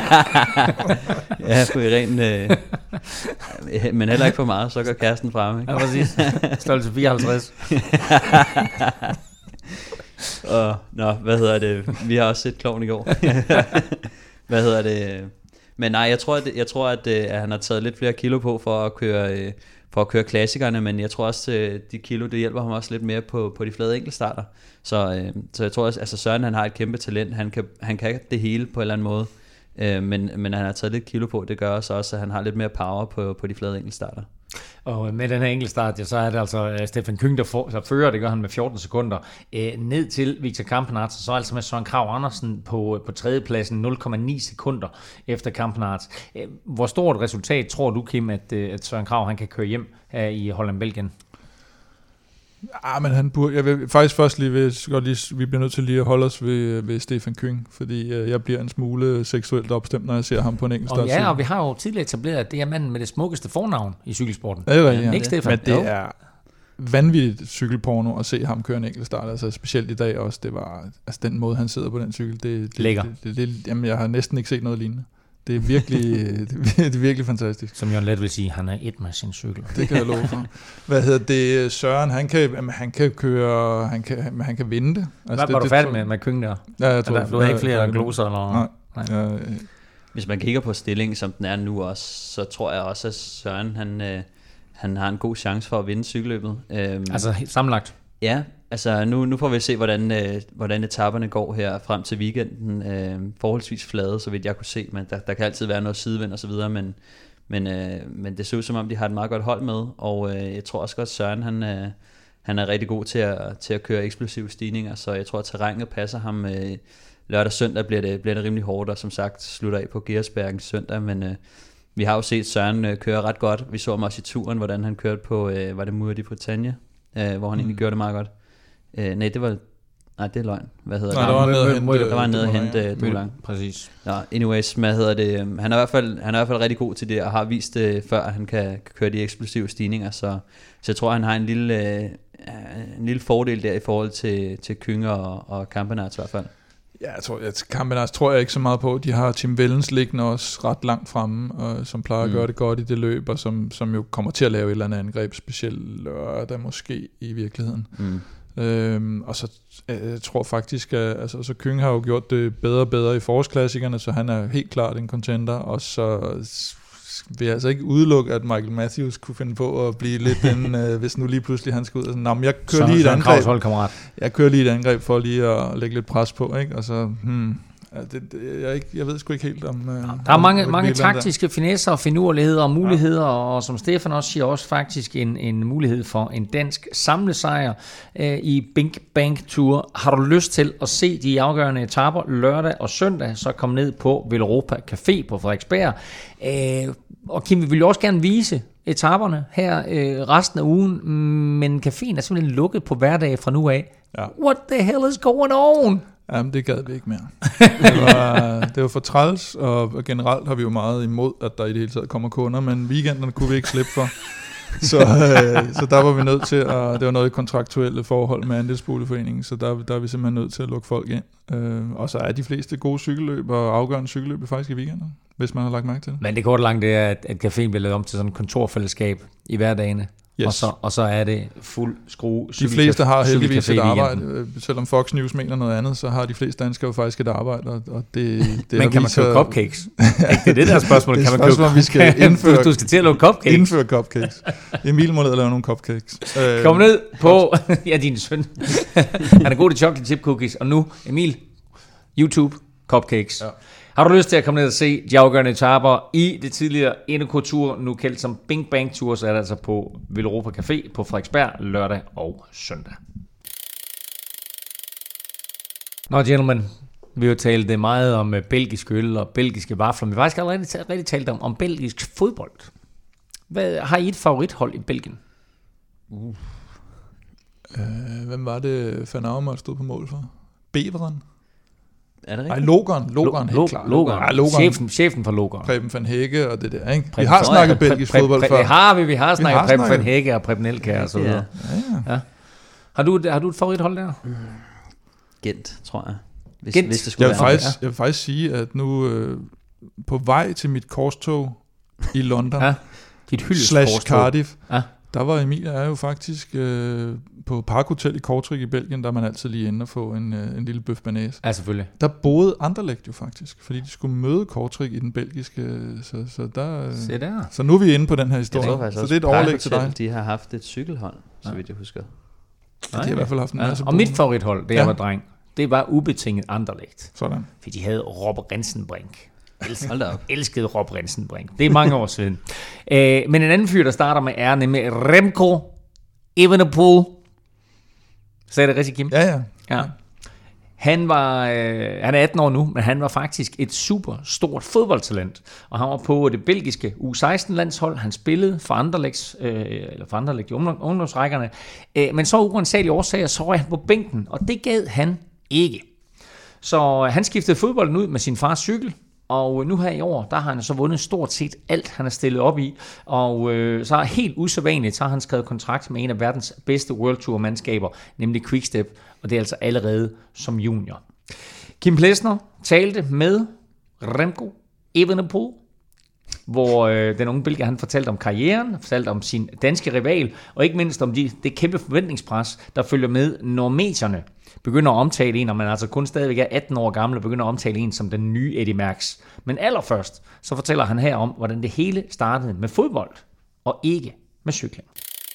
Ja, på i ren, men heller ikke for meget, så går kæresten frem. Ikke? Ja, præcis. Størrelse 54. Vi har også set Klovn i går. Men nej, jeg tror at han har taget lidt flere kilo på for at køre klassikerne, men jeg tror også, at de kilo, det hjælper ham også lidt mere på de flade enkeltstarter. Så jeg tror også, altså Søren, han har et kæmpe talent. Han kan det hele på en eller anden måde, men han har taget lidt kilo på. Det gør også, at han har lidt mere power på de flade enkeltstarter. Og med den her enkeltstart, så er det altså Stefan Küng, der fører, det gør han med 14 sekunder, ned til Victor Campenaerts, så altså med Søren Kragh Andersen på tredjepladsen, 0,9 sekunder efter Campenaerts. Hvor stort resultat tror du, Kim, at Søren Kragh han kan køre hjem her i Holland-Belgien? Men han burde, jeg vil faktisk først vi bliver nødt til lige at holde os ved Stefan Küng, fordi jeg bliver en smule seksuelt opstemt, når jeg ser ham på en enkeltstart. Ja, og vi har jo tidligere etableret, at det er manden med det smukkeste fornavn i cykelsporten. Ja. Ikke Stefan? Men det er vanvittigt cykelporno at se ham køre en enkeltstart, altså specielt i dag også. Det var altså den måde han sidder på den cykel. Lækker. Jamen jeg har næsten ikke set noget lignende. Det er virkelig, det er virkelig fantastisk. Som Jørgen Let vil sige, han er et med sin cykel. Det kan jeg love for. Søren, han kan køre, han kan vinde det. Altså, var du færdig med Küng der? Ja, jeg tror. Du har ikke flere gloser eller? Nej. Hvis man kigger på stillingen, som den er nu også, så tror jeg også, at Søren, han har en god chance for at vinde cykelløbet. Altså sammenlagt? Ja, altså nu får vi se, hvordan etaperne går her frem til weekenden. Forholdsvis flade, så vidt jeg kunne se, men der kan altid være noget sidevind og så videre, men det ser ud som om, de har et meget godt hold med, og jeg tror også godt, Søren han er rigtig god til at køre eksplosive stigninger, så jeg tror, at terrænet passer ham. Lørdag og søndag bliver det rimelig hårdt, og som sagt slutter af på Gersbergen søndag, men vi har jo set Søren køre ret godt. Vi så ham også i turen, hvordan han kørte på, var det Mur de Bretagne, hvor han egentlig gjorde det meget godt. Nej, det er løgn. Hvad hedder det? Der var nede at hente Dumoulin. Præcis. Ja, anyways, hvad hedder det? Han er i hvert fald rigtig god til det, og har vist det før, at han kan køre de eksplosive stigninger, så jeg tror, han har en lille fordel der i forhold til Küng og Campenaerts i hvert fald. Ja, jeg tror, at Campenaerts tror jeg ikke så meget på. De har Tim Wellens liggende også ret langt fremme, og som plejer at gøre det godt i det løb, og som jo kommer til at lave et eller andet angreb, specielt lørdag måske i virkeligheden. Og så jeg tror faktisk, at så Kyng har jo gjort det bedre og bedre i forårsklassikerne, så han er helt klart en contender, og så vil jeg altså ikke udelukke, at Michael Matthews kunne finde på at blive lidt en, hvis nu lige pludselig han skal ud og sådan, jeg kører lige et angreb. Jeg kører lige et angreb for lige at lægge lidt pres på, ikke? Og så, jeg ved sgu ikke helt om... der er mange taktiske finesser og finurligheder og muligheder, og som Stefan også siger, også faktisk en mulighed for en dansk samlesejr i Bing Bang Tour. Har du lyst til at se de afgørende etaper lørdag og søndag, så kom ned på Velropa Café på Frederiksberg. Og Kim, vi vil jo også gerne vise etaperne her resten af ugen, men caféen er simpelthen lukket på hverdag fra nu af. Ja. What the hell is going on? Jamen, det gad vi ikke mere. Det var for træls, og generelt har vi jo meget imod, at der i det hele taget kommer kunder, men weekenderne kunne vi ikke slippe for. Så der var vi nødt til at... Det var noget kontraktuelle forhold med Andelsboligforeningen, så der er vi simpelthen nødt til at lukke folk ind. Og så er de fleste gode cykelløb og afgørende cykelløb faktisk i weekenderne, hvis man har lagt mærke til det. Men det korte langt, det er, at caféen bliver lavet om til sådan et kontorfællesskab i hverdagene. Yes. Og så er det fuld skrue. De fleste har heldigvis et arbejde. Selvom Fox News mener noget andet, så har de fleste danskere faktisk et arbejde. Og det men kan man købe cupcakes? Det er det der spørgsmål. Det er spørgsmål, vi skal indføre. Du skal til at lave cupcakes. Indføre cupcakes. Emil må ned og lave nogle cupcakes. Kom ned på... ja, din søn. Han er god til chocolate chip cookies. Og nu, Emil, YouTube, cupcakes. Ja. Har du lyst til at komme ned og se de afgørende etaper i det tidligere Eneco Tour, nu kaldt som Bing Bang Tour, så er det altså på Velropa Café på Frederiksberg lørdag og søndag. Nå, gentlemen, vi har jo talt meget om belgisk øl og belgiske vafler, men vi har faktisk allerede rigtig talt om belgisk fodbold. Har I et favorithold i Belgien? Hvem var det, Van Aumert stod på mål for? Beveren? Er det rigtigt? Nej, Logan, helt klart. Logan. Chefen for Logan. Preben van Hække og det der, ikke? Vi har snakket belgisk fodbold før. Vi har snakket Preben van Hække og Preben Elkjær og så videre. Ja. Har du et favorithold der? Gent, tror jeg. Hvis det skulle være. Jeg vil faktisk sige, at nu på vej til mit korstog i London, / Cardiff, der var Emilia er jo faktisk på Park Hotel i Kortrijk i Belgien, der er man altid lige inde og få en lille bøf banæs. Ja, selvfølgelig. Der boede Anderlecht jo faktisk, fordi de skulle møde Kortrijk i den belgiske, så nu er vi inde på den her historie. Så det er et overlæg til dig. De har haft et cykelhold, så vidt jeg husker. Ja, de har i hvert fald haft en masse og mit favorithold, det jeg var dreng, det var ubetinget Anderlecht. Sådan. Fordi de havde Rob Rensenbrink. Elskede Rob Rensenbrink. Det er mange år siden. Men en anden fyr, der starter med er nemlig Remco Evenepoel. Sagde det rigtig, Kim? Ja. Han er 18 år nu, men han var faktisk et super stort fodboldtalent. Og han var på det belgiske U16-landshold. Han spillede for Anderlecht i ungdomsrækkerne. Men så uansagelige årsager, så røg han på bænken, og det gad han ikke. Så han skiftede fodbolden ud med sin fars cykel. Og nu her i år, der har han så vundet stort set alt, han er stillet op i. Og så helt usædvanligt, så har han skrevet kontrakt med en af verdens bedste World Tour mandskaber, nemlig Quickstep. Og det er altså allerede som junior. Kim Plesner talte med Remco Evenepoel, hvor den unge belgier, han fortalte om karrieren, fortalte om sin danske rival, og ikke mindst om det kæmpe forventningspres, der følger med, når medierne begynder at omtale en, og man altså kun stadigvæk er 18 år gammel, og begynder at omtale en som den nye Eddy Merckx. Men allerførst, så fortæller han her om, hvordan det hele startede med fodbold, og ikke med cykling.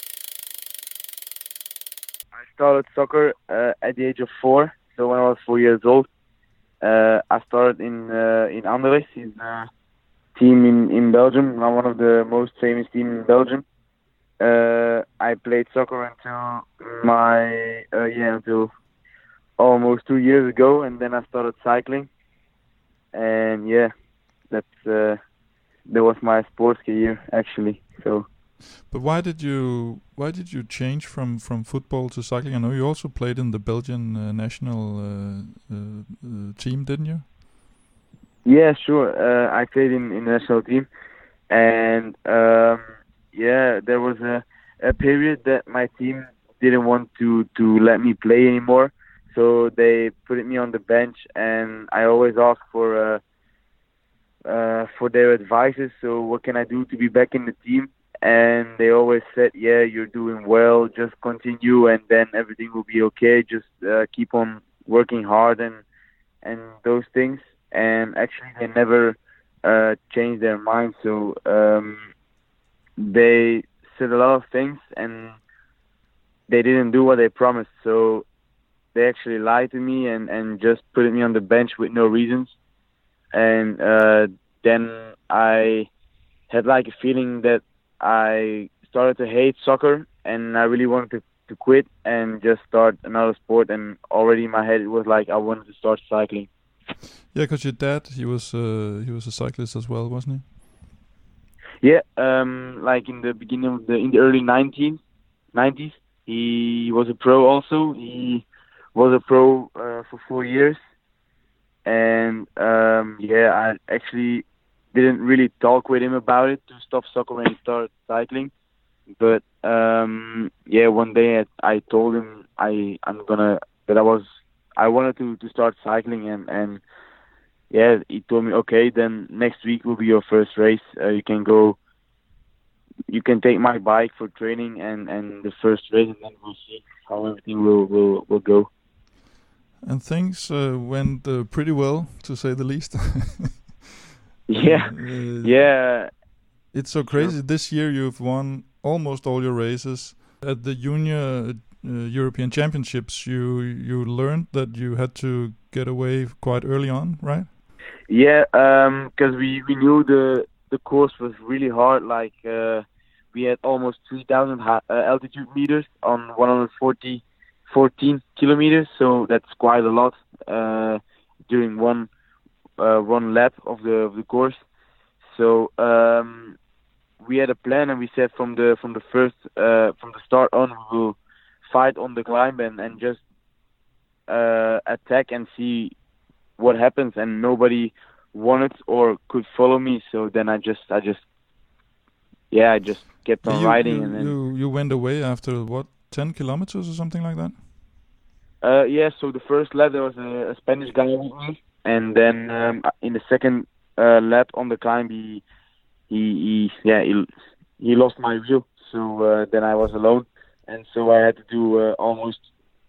I started soccer at the age of 4, so when I was 4 years old, I started in Anderlecht, his team in Belgium, one of the most famous teams in Belgium. I played soccer until almost 2 years ago, and then I started cycling, and that was my sports career actually. So, but why did you change from football to cycling? I know you also played in the Belgian national team, didn't you? Yeah, sure. I played in the national team, and there was a period that my team didn't want to let me play anymore. So they put me on the bench, and I always ask for their advices. So what can I do to be back in the team? and they always said, "Yeah, you're doing well. Just continue, and then everything will be okay. Just keep on working hard and those things." And actually, they never changed their mind. So they said a lot of things, and they didn't do what they promised. So they actually lied to me and just put me on the bench with no reasons. And then I had like a feeling that I started to hate soccer, and I really wanted to quit and just start another sport. And already in my head it was like I wanted to start cycling. Yeah, because your dad, he was a cyclist as well, wasn't he? Yeah, like in the beginning of in the early 90s, he was a pro also. He was a pro for 4 years, and I actually didn't really talk with him about it to stop soccer when he started cycling. But one day I told him I wanted to start cycling, and he told me, okay, then next week will be your first race. You can take my bike for training and the first race, and then we'll see how everything will go. And things went pretty well, to say the least. Yeah. It's so crazy. Sure. This year you've won almost all your races. At the Junior European Championships, you learned that you had to get away quite early on, right? Yeah, because we knew the course was really hard. Like we had almost 3,000 altitude meters on 14 kilometers, so that's quite a lot during one lap of the course. So we had a plan, and we said from the start on, we will fight on the climb and just attack and see what happens. And nobody wanted or could follow me, so then I just kept on riding. And then you went away after what, 10 kilometers or something like that? So the first lap there was a Spanish guy with me, and then in the second lap on the climb he lost my wheel, so then I was alone, and so I had to do almost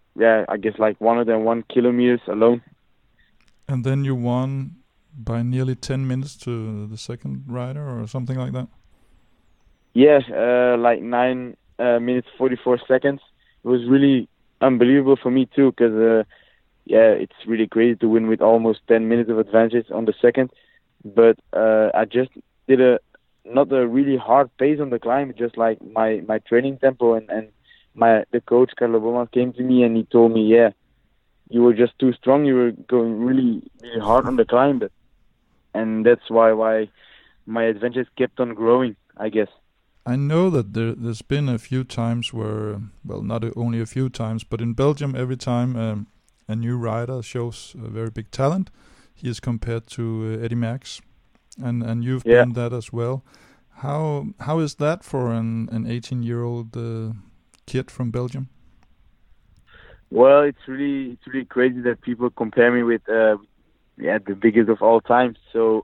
101 kilometers alone. And then you won by nearly 10 minutes to the second rider or something like that? Yes, 9 minutes 44 seconds. It was really unbelievable for me too, because it's really crazy to win with almost 10 minutes of advantage on the second. But I just did not a really hard pace on the climb, just like my training tempo, and the coach Carlo Boma came to me and he told me, you were just too strong. You were going really, really hard on the climb, and that's why my adventures kept on growing, I guess. I know that there's been a few times where, well, not only a few times, but in Belgium, every time a new rider shows a very big talent, he is compared to Eddy Merckx, and you've been that as well. How is that for an 18-year-old kid from Belgium? Well, it's really crazy that people compare me with the biggest of all time. So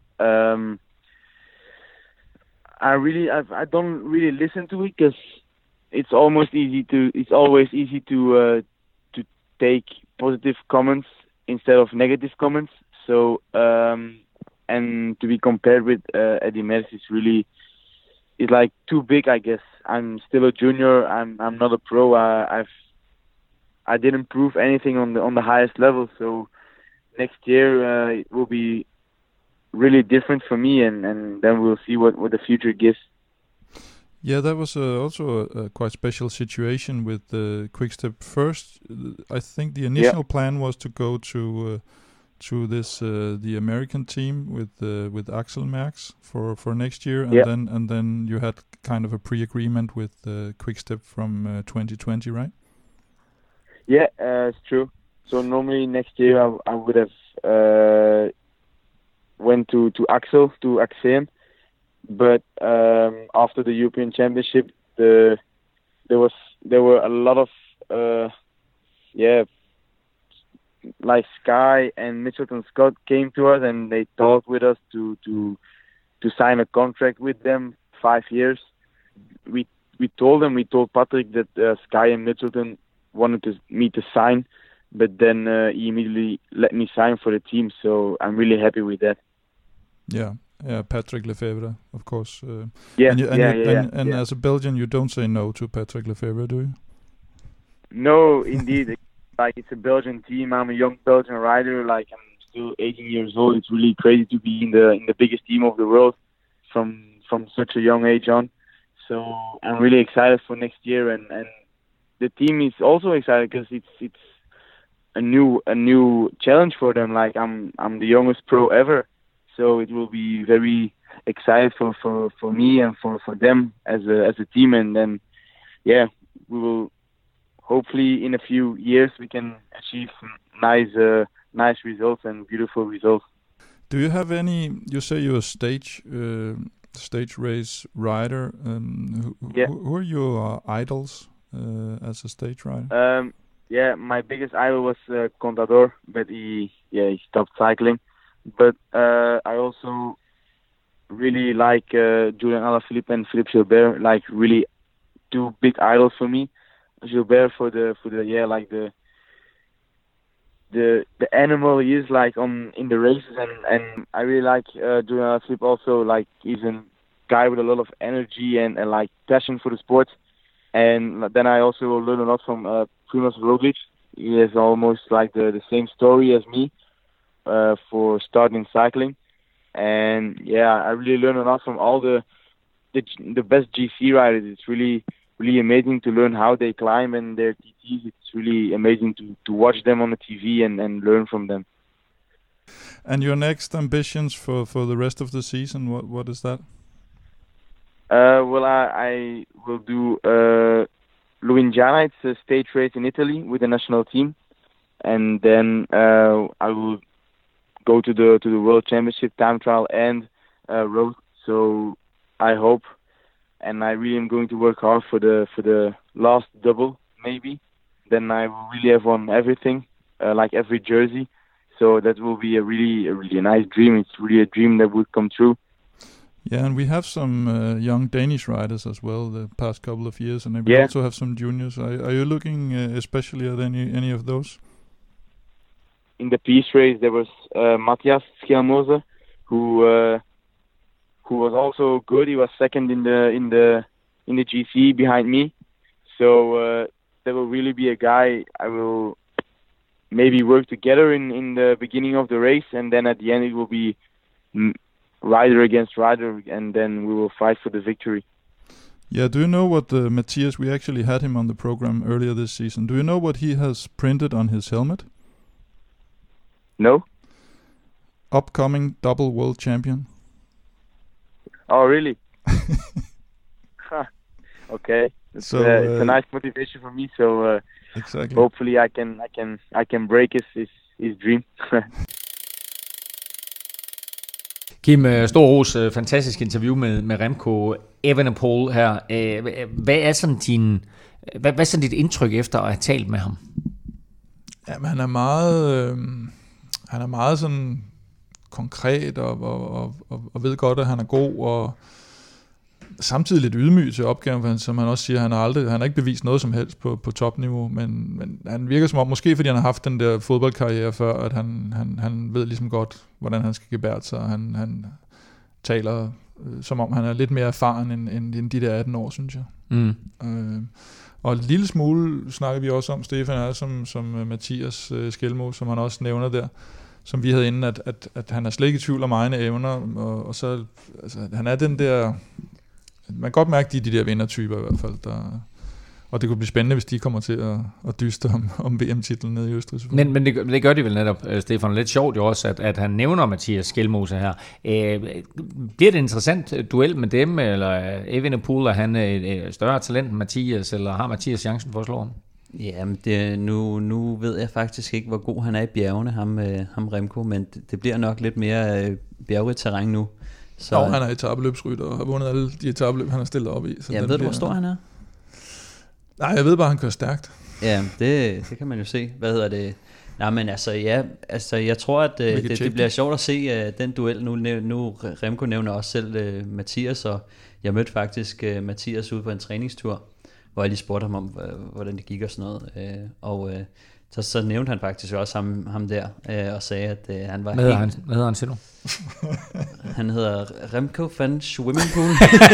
I don't really listen to it, because it's always easy to take positive comments instead of negative comments. So and to be compared with Eddy Merckx is like too big, I guess. I'm still a junior. I'm not a pro. I didn't prove anything on the highest level. So next year it will be really different for me, and then we'll see what the future gives. Yeah, that was also a quite special situation with Quickstep. First, I think the initial plan was to go to this the American team with Axel Merckx for next year, and then you had kind of a pre-agreement with Quickstep from 2020, right? Yeah, it's true. So normally next year I would have went to Axeum, but after the European Championship, there were a lot of like Sky and Mitchelton Scott came to us, and they talked with us to sign a contract with them 5 years. we told Patrick that Sky and Mitchelton wanted me to sign, but then he immediately let me sign for the team. So I'm really happy with that. Yeah, Patrick Lefevre, of course. And as a Belgian, you don't say no to Patrick Lefevre, do you? No, indeed. Like, it's a Belgian team. I'm a young Belgian rider. Like, I'm still 18 years old. It's really crazy to be in the biggest team of the world from such a young age on. So I'm really excited for next year, and the team is also excited because it's a new challenge for them. Like, I'm the youngest pro ever, so it will be very excited for me and for them as a team. And then we will hopefully in a few years we can achieve nice results and beautiful results. Do you have any? You say you're a stage race rider. Who are your idols as a stage rider? My biggest idol was Contador, but he stopped cycling. But I also really like Julian Alaphilippe and Philippe Gilbert, like really two big idols for me. Gilbert for the animal he is, like, in the races, and I really like Julian Alaphilippe also. Like, he's a guy with a lot of energy and like passion for the sport. And then I also learned a lot from Primož Roglič. He has almost like the same story as me for starting cycling. And I really learned a lot from all the best GC riders. It's really amazing to learn how they climb and their TTs. It's really amazing to watch them on the TV and learn from them. And your next ambitions for the rest of the season, what is that? Well, I will do Lunigiana. It's a stage race in Italy with the national team, and then I will go to the World Championship time trial and road. So I hope, and I really am going to work hard for the last double, maybe. Then I will really have won everything, like every jersey. So that will be a really nice dream. It's really a dream that would come true. Yeah, and we have some young Danish riders as well the past couple of years, and maybe we also have some juniors. Are you looking especially at any of those? In the peace race, there was Matthias Schjelmose, who was also good. He was second in the GC behind me. So there will really be a guy I will maybe work together in the beginning of the race, and then at the end it will be rider against rider, and then we will fight for the victory. Yeah, do you know what Matthias, we actually had him on the program earlier this season. Do you know what he has printed on his helmet? No. Upcoming double world champion. Oh, really? Okay. It's a nice motivation for me, so exactly. Hopefully I can break his dream. Kim, stor ros, fantastisk interview med Remco Evenepoel her. Hvad er sådan dit indtryk efter at have talt med ham? Jamen, han er meget sådan konkret og ved godt, at han er god, og samtidig lidt ydmyg til opgaven, som han også siger, han har ikke bevist noget som helst på topniveau, men han virker som om, måske fordi han har haft den der fodboldkarriere før, at han ved ligesom godt, hvordan han skal gebære sig, og han taler som om han er lidt mere erfaren end de der 18 år, synes jeg. Og en lille smule snakker vi også om, Stefan, er som Mathias Schjelmose, som han også nævner der, som vi havde inden, at han er slet ikke i tvivl om egne evner, og så, altså, han er den der, man kan godt mærke, de der vindertyper i hvert fald, og det kunne blive spændende, hvis de kommer til at dyste om VM-titlen nede i Østrig. Men det gør de vel netop, Stefan. Lidt sjovt jo også, at han nævner Mathias Schjelmose her. Bliver det en interessant duel med dem, eller Evenepoel, er han et større talent end Mathias, eller har Mathias chancen for at slå ham? Jamen, nu ved jeg faktisk ikke, hvor god han er i bjergene, ham Remco, men det bliver nok lidt mere bjergerigt terræn nu. Så han er etapeløbsrytter og har vundet alle de etapeløb, han har stillet op i. Så ja, ved du, hvor stor han er? Nej, jeg ved bare, han kører stærkt. Ja, det kan man jo se. Hvad hedder det? Nej, men jeg tror, at det bliver sjovt at se den duel. Nu Remco nævner også selv Mathias, og Jeg mødte faktisk Mathias ude på en træningstur, hvor jeg lige spurgte ham om, hvordan det gik og sådan noget. Så nævnte han faktisk også ham der, og sagde, at han var Hvad hedder han, siger du? Han hedder Remco van Swimming Pool.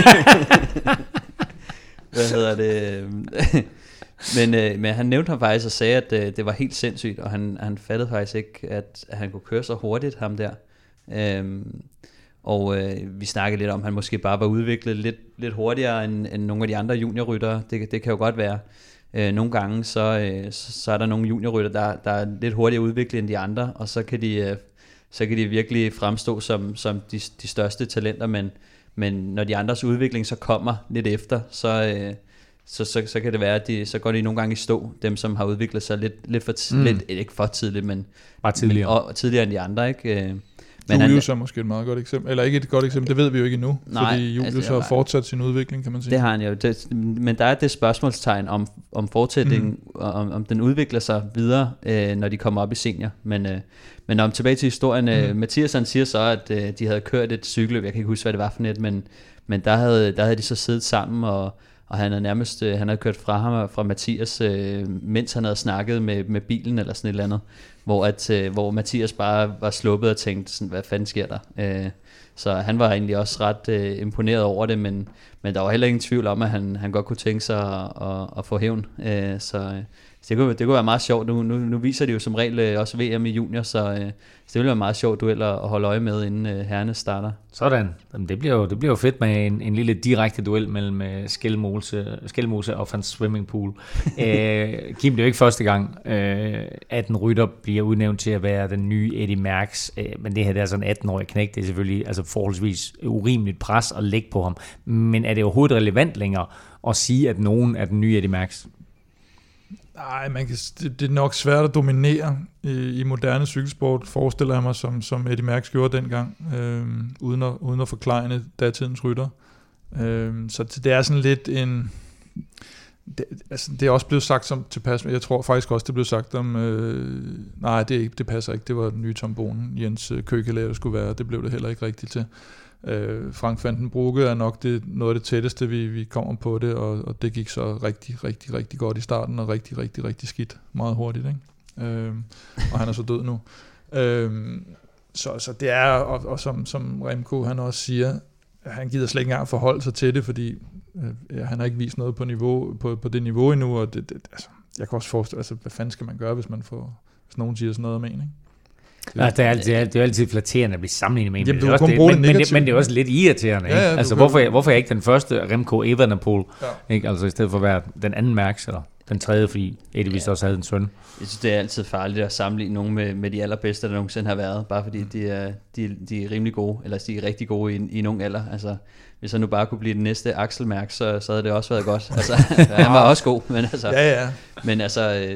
Hvad hedder det? Men han nævnte ham faktisk og sagde, at det var helt sindssygt, og han fattede faktisk ikke, at han kunne køre så hurtigt, ham der. Vi snakkede lidt om, at han måske bare var udviklet lidt hurtigere end nogle af de andre juniorryttere. Det kan jo godt være. Nogle gange så er der nogle juniorrytter, der er lidt hurtigere udviklet end de andre, og så kan de virkelig fremstå som de største talenter, men når de andres udvikling så kommer lidt efter, så kan det være, at så går de nogle gange i stå, dem som har udviklet sig lidt ikke for tidligt, men bare tidligere end de andre, ikke? Men Julius er måske et meget godt eksempel, eller ikke et godt eksempel, det ved vi jo ikke endnu, fordi Julius har fortsat sin udvikling, kan man sige. Det har han jo, men der er det spørgsmålstegn om fortsætningen, om den udvikler sig videre, når de kommer op i senior. Men om tilbage til historien, Mathias han siger så, at de havde kørt et cykelløb, jeg kan ikke huske, hvad det var for net, men der havde de så siddet sammen, og han havde kørt fra Mathias, mens han havde snakket med bilen eller sådan et eller andet, hvor Mathias bare var sluppet og tænkte sådan, hvad fanden sker der? Så han var egentlig også ret imponeret over det, men der var heller ingen tvivl om, at han godt kunne tænke sig at få hævn. Så det kunne være meget sjovt. Nu viser de jo som regel også VM i junior, så det ville være meget sjovt duel at holde øje med, inden herrene starter. Sådan. Det bliver jo fedt med en lille direkte duel mellem Skelmose og Van Swimming Pool. Kim, det er jo ikke første gang, at en rytter bliver udnævnt til at være den nye Eddy Merckx, men det her det er sådan en 18-årig knægt, det er selvfølgelig altså forholdsvis urimeligt pres at lægge på ham. Men er det overhovedet relevant længere at sige, at nogen er den nye Eddy Merckx? Nej, det er nok svært at dominere i moderne cykelsport, forestiller jeg mig, som Eddy Merckx gjorde dengang, uden at forklejne datidens rytter. Så det er sådan lidt en... Det er også blevet sagt som tilpas, jeg tror faktisk også, det blev sagt om... nej, det passer ikke, det var den nye Tom Bonen, Jens Køkkelærer, der skulle være, det blev det heller ikke rigtigt til. Frank van den Brugge er nok noget af det tætteste, vi kommer på det, og det gik så rigtig, rigtig, rigtig godt i starten, og rigtig, rigtig, rigtig skidt meget hurtigt, ikke? Og han er så død nu. Så det er, og som Remco han også siger, han gider slet ikke engang forholde sig til det, fordi han har ikke vist noget på det niveau endnu, og altså, jeg kan også forestille, altså, hvad fanden skal man gøre, hvis nogen siger sådan noget om en, ikke? Ja, det er jo altid flatterende at blive sammenlignet med en. Jamen, men det er også lidt irriterende. Ikke? Ja, altså, hvorfor er jeg ikke den første Remco Evenepoel? Ja. Ikke? Altså, i stedet for at være den anden Merckx, eller den tredje, fordi Eddy vist også havde en søn. Jeg synes, det er altid farligt at sammenligne nogen med de allerbedste, der nogensinde har været, bare fordi de er rimelig gode, eller de er rigtig gode i en ung alder. Altså, hvis han nu bare kunne blive den næste Axel Merckx, så havde det også været godt. Altså, han var også god, men altså... Ja. Men altså...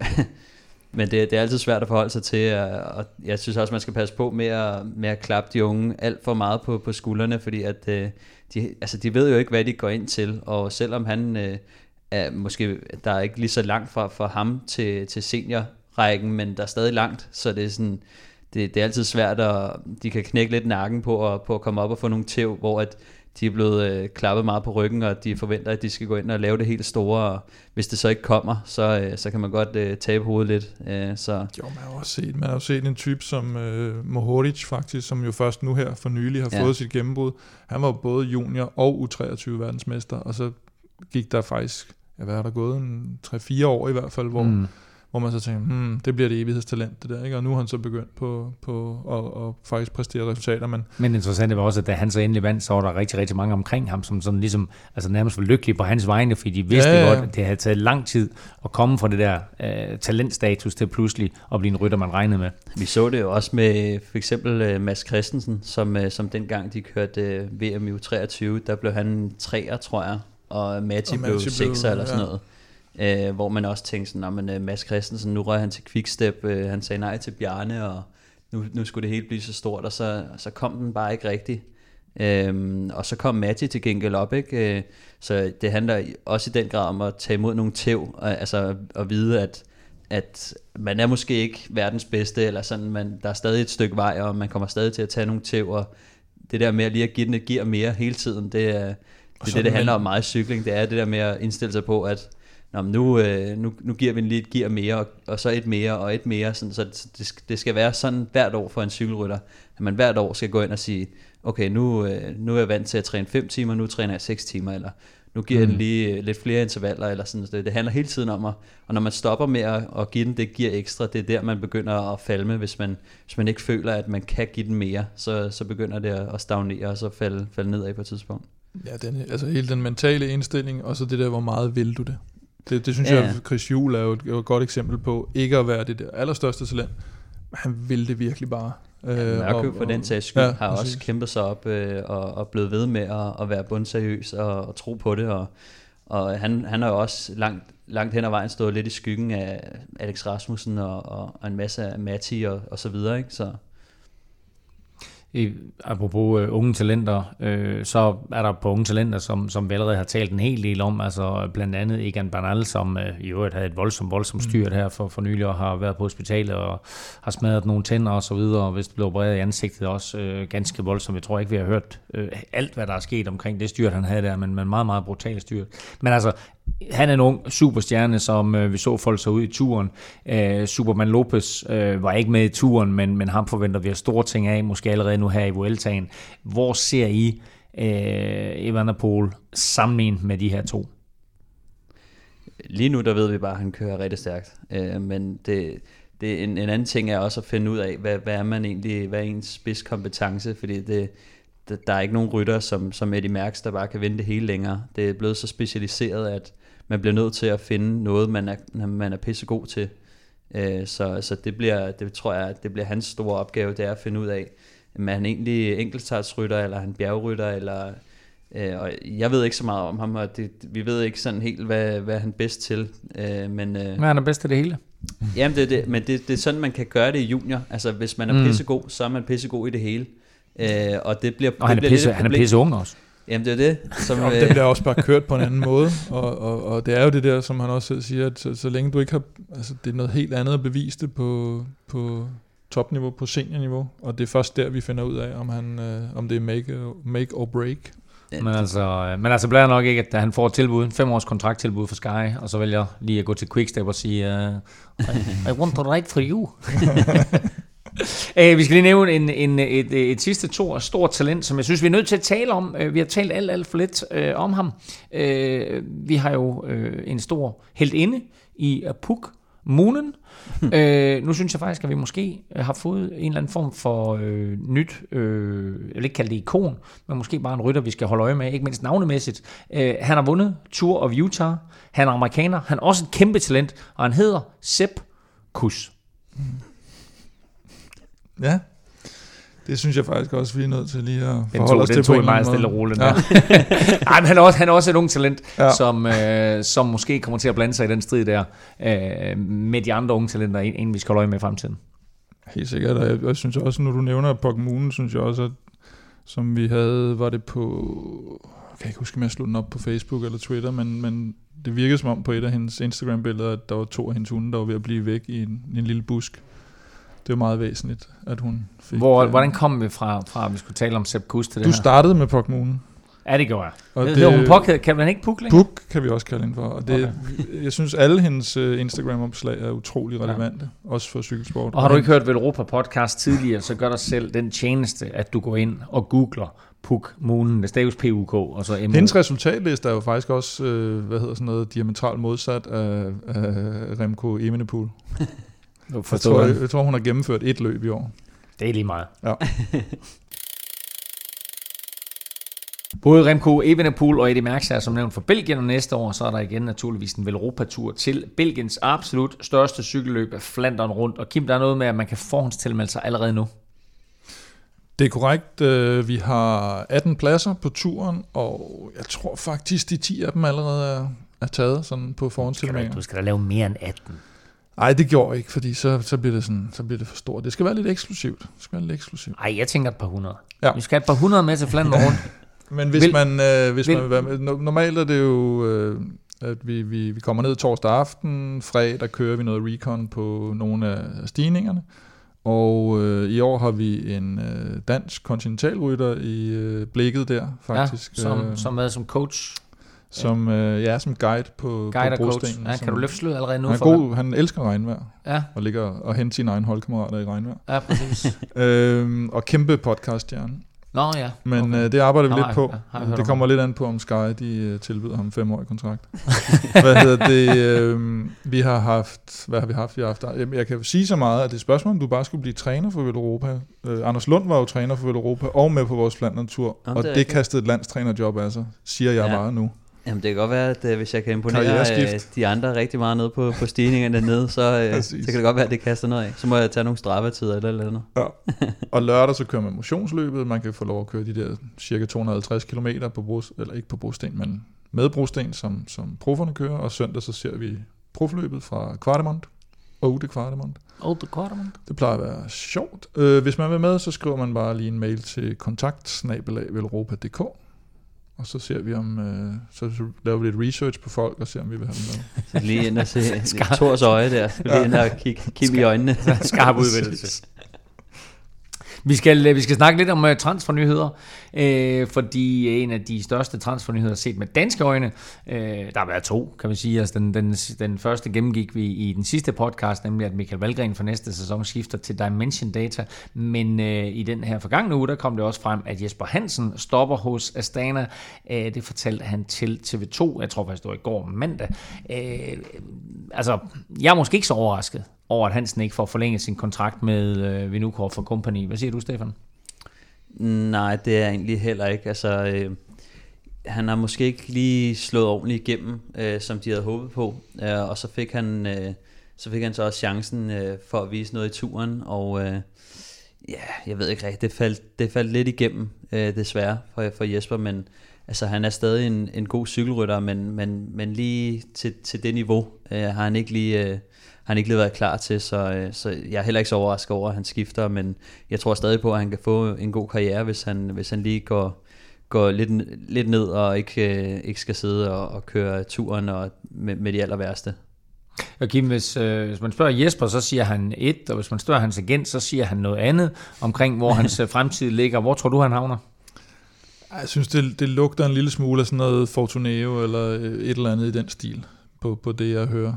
Men det er altid svært at forholde sig til, og jeg synes også, man skal passe på med at klappe de unge alt for meget på skuldrene, fordi at de ved jo ikke, hvad de går ind til, og selvom han er måske, der er ikke lige så langt fra ham til seniorrækken, men der er stadig langt, så det er sådan, det er altid svært, og de kan knække lidt nakken på at komme op og få nogle tæv, hvor at de er blevet klappet meget på ryggen, og de forventer, at de skal gå ind og lave det helt store, og hvis det så ikke kommer, så kan man godt tabe hovedet lidt. Så. Jo, man har jo set en type som Mohoric faktisk, som jo først nu her for nylig har fået sit gennembrud. Han var både junior og U23 verdensmester, og så gik der faktisk, hvad er der gået, 3-4 år i hvert fald, hvor man så tænker, det bliver det evighedstalent, det der, ikke? Og nu har han så begyndt på at faktisk præstere resultater. Men interessant var også, at da han så endelig vandt, så var der rigtig, rigtig mange omkring ham, som sådan ligesom, altså nærmest var lykkelige på hans vegne, fordi de vidste godt, at det havde taget lang tid at komme fra det der talentstatus til pludselig at blive en rytter, man regnede med. Vi så det jo også med for eksempel Mads Christensen, som dengang de kørte VM i U23, der blev han 3'er, tror jeg, og Matti blev 6'er eller sådan noget. Hvor man også tænkte sådan, men Mads Christensen, nu røg han til Quickstep, han sagde nej til Bjarne, og nu skulle det hele blive så stort, og så kom den bare ikke rigtigt. Og så kom Matti til gengæld op, ikke? Så det handler også i den grad om at tage imod nogle tæv, altså at vide, at man er måske ikke verdens bedste, eller sådan, der er stadig et stykke vej, og man kommer stadig til at tage nogle tæv, og det der med at lige at give den et gear mere hele tiden, Det handler om meget cykling. Det er det der med at indstille sig på, at nu giver vi lige et gear mere, og så et mere, og et mere. Sådan, så det skal være sådan hvert år for en cykelrytter, at man hvert år skal gå ind og sige, okay, nu er jeg vant til at træne 5 timer, nu træner jeg 6 timer, eller nu giver jeg den lige lidt flere intervaller, eller sådan. Det handler hele tiden om, og når man stopper med at give den det gear ekstra, det er der, man begynder at falme. Hvis man ikke føler, at man kan give den mere, så begynder det at stagnere, og så falde nedad på et tidspunkt. Ja, altså hele den mentale indstilling, og så det der, hvor meget vil du det. Det synes jeg, at Chris Juhl er jo et godt eksempel på, ikke at være det der allerstørste talent, men han vil det virkelig bare. Mørkøv for den sags skyld har også kæmpet sig op og blevet ved med at være bundseriøs og tro på det, og han har jo også langt hen ad vejen stået lidt i skyggen af Alex Rasmussen og en masse af Matti og så videre, ikke? Så apropos unge talenter, så er der på unge talenter, som vi allerede har talt en hel del om, altså blandt andet Egan Bernal, som i øvrigt havde et voldsomt styrt her for nylig, og har været på hospitalet og har smadret nogle tænder og så videre, og hvis det blev opereret i ansigtet også ganske voldsomt. Jeg tror ikke, vi har hørt alt, hvad der er sket omkring det styrt, han havde der, men meget, meget brutalt styrt. Men altså, han er en ung superstjerne, som vi så folk så ud i turen. Superman Lopez var ikke med i turen, men ham forventer vi store ting af, måske allerede nu her i Vueltaen. Hvor ser I Evenepoel sammenlignet med de her to? Lige nu, der ved vi bare, at han kører rigtig stærkt. Men det en anden ting er også at finde ud af, hvad er man egentlig, hvad er ens spidskompetence, fordi der er ikke nogen rytter, som Eddie Merckx, der bare kan vinde det hele længere. Det er blevet så specialiseret, at man bliver nødt til at finde noget, man er pissegod til. Så det tror jeg, at det bliver hans store opgave, det er at finde ud af, om han egentlig enkeltstartsrytter, eller han bjergrytter, eller og jeg ved ikke så meget om ham, og vi ved ikke sådan helt, hvad han er bedst til. Men han er bedst til det hele. Jamen men det er sådan, man kan gøre det i junior. Altså hvis man er pissegod, så er man pissegod i det hele. Og det bliver, og han er pisse ung også. Jamen det er det. Det bliver også bare kørt på en anden måde, og det er jo det der, som han også selv siger, at så længe du ikke har, altså det er noget helt andet at bevise det på topniveau, på seniorniveau, og det er først der, vi finder ud af, om det er make or break. Men altså bliver nok ikke, at han får et tilbud, 5-års kontrakttilbud for Sky, og så vælger lige at gå til Quickstep og sige, I want to ride for you. Vi skal lige nævne et sidste stort talent, som jeg synes, vi er nødt til at tale om. Vi har talt alt for lidt om ham. Vi har jo en stor heltinde i Puck Moonen. Nu synes jeg faktisk, at vi måske har fået en eller anden form for nyt, jeg vil ikke kalde det ikon, men måske bare en rytter, vi skal holde øje med, ikke mindst navnemæssigt. Han har vundet Tour of Utah. Han er amerikaner. Han er også et kæmpe talent, og han hedder Sepp Kuss. Ja, det synes jeg faktisk også, vi er nødt til lige at forholde os til på en meget stille og roligt. Ja. Men han er også et ungt talent, som måske kommer til at blande sig i den strid der med de andre unge talenter, inden vi skal holde øje med i fremtiden. Helt sikkert, og jeg synes også, når du nævner Puck Moonen, synes jeg også, at som vi havde, var det på, jeg kan ikke huske, om jeg slog den op på Facebook eller Twitter, men det virkede som om på et af hendes Instagram-billeder, at der var 2 af hendes hunde, der var ved at blive væk i en lille busk. Det var meget væsentligt, at hun fik... Hvordan kom vi fra at vi skulle tale om Sepp Kuss til det her? Du startede med Puck Moonen. Ja, det gjorde jeg. Hedder hun Puck? Kan man ikke Puck længere? Puck kan vi også kalde hende for. Og det, jeg synes, alle hendes Instagram-opslag er utrolig relevante, også for cykelsport. Og har du ikke hørt Velropa podcast tidligere, så gør dig selv den tjeneste, at du går ind og googler Puck Moonen, det staves P-U-K, og så M-O. Hendes resultatliste er jo faktisk også, diametralt modsat af Remco Evenepoel. Jeg tror, hun har gennemført 1 løb i år. Det er lige meget. Ja. Både Remco Evenepoel og Eddie Merckx er som nævnt for Belgien, og næste år så er der igen naturligvis en Velropa-tur til Belgiens absolut største cykelløb af Flandern rundt. Og Kim, der er noget med, at man kan forhåndstilmelde sig allerede nu. Det er korrekt. Vi har 18 pladser på turen, og jeg tror faktisk, de 10 af dem allerede er taget sådan på forhåndstilmelding. Du skal da lave mere end 18. Nej, det gjorde jeg ikke, fordi så bliver det for stort. Det skal være lidt eksklusivt. Nej, jeg tænker et par 100. Ja. Vi skal have et par 100 med til Flandern rundt. Men normalt er det jo, at vi kommer ned torsdag aften, fredag kører vi noget recon på nogle af stigningerne, Og i år har vi en dansk kontinentalrytter i blikket der, faktisk. Ja, som er som coach. Som guide på brostenen. Ja, kan du løfte sløret allerede nu? Han elsker regnvejr. Ja. Og ligger og henter sine egne holdkammerater i regnvejr. Ja, præcis. Og kæmpe podcaststjerne. Nå ja. Men det arbejder vi lidt på. Det kommer lidt an på, om Sky de tilbyder ham 5-årig kontrakt. Vi har haft... Hvad har vi haft? Jeg kan sige så meget, at det er et spørgsmål, om du bare skulle blive træner for Vel Europa. Anders Lund var jo træner for Vel Europa og med på vores Flandern-tur. Og det kastede et landstrænerjob af sig, siger jeg bare nu. Jamen det kan godt være, at hvis jeg kan imponere de andre rigtig meget nede på stigningerne dernede, så kan det godt være, at det kaster noget af. Så må jeg tage nogle straffetider eller andet. Ja. Og lørdag så kører man motionsløbet. Man kan få lov at køre de der cirka 250 km ikke på brosten, men med brosten, som profferne kører. Og søndag så ser vi profløbet fra Kvartemont. Ode Kvartemont. Det plejer at være sjovt. Hvis man vil med, så skriver man bare lige en mail til kontakt@velropa.dk. Og så ser vi så laver vi lidt research på folk og ser om vi vil have dem med. Så lige ind og se Thors øje der. Lige ind og kigge Kim i øjnene. Skarp udvælgelse. Vi skal snakke lidt om transfernyheder, fordi en af de største transfernyheder set med danske øjne, der har været 2, kan man sige. Altså den første gennemgik vi i den sidste podcast, nemlig at Michael Valgren for næste sæson skifter til Dimension Data, men i den her forgangne uge, der kom det også frem, at Jesper Hansen stopper hos Astana. Det fortalte han til TV2, jeg tror faktisk det var i går mandag. Altså, jeg er måske ikke så overrasket over, at Hansen ikke får forlænget sin kontrakt med Vinukor for Company. Hvad siger du, Stefan? Nej, det er egentlig heller ikke. Altså, han har måske ikke lige slået ordentligt igennem, som de havde håbet på. Og så fik han så også chancen for at vise noget i turen. Og jeg ved ikke rigtigt, det faldt lidt igennem, desværre, for Jesper. Men altså, han er stadig en god cykelrytter, men lige til det niveau har han ikke lige... han ikke lige været klar til, så jeg er heller ikke så overrasket over, at han skifter, men jeg tror stadig på, at han kan få en god karriere, hvis han lige går lidt ned og ikke skal sidde og køre turen og med de aller værste. Og Kim, hvis man spørger Jesper, så siger han et, og hvis man spørger hans agent, så siger han noget andet omkring, hvor hans fremtid ligger. Hvor tror du, han havner? Jeg synes, det lugter en lille smule af sådan noget Fortuneo eller et eller andet i den stil, på det jeg hører.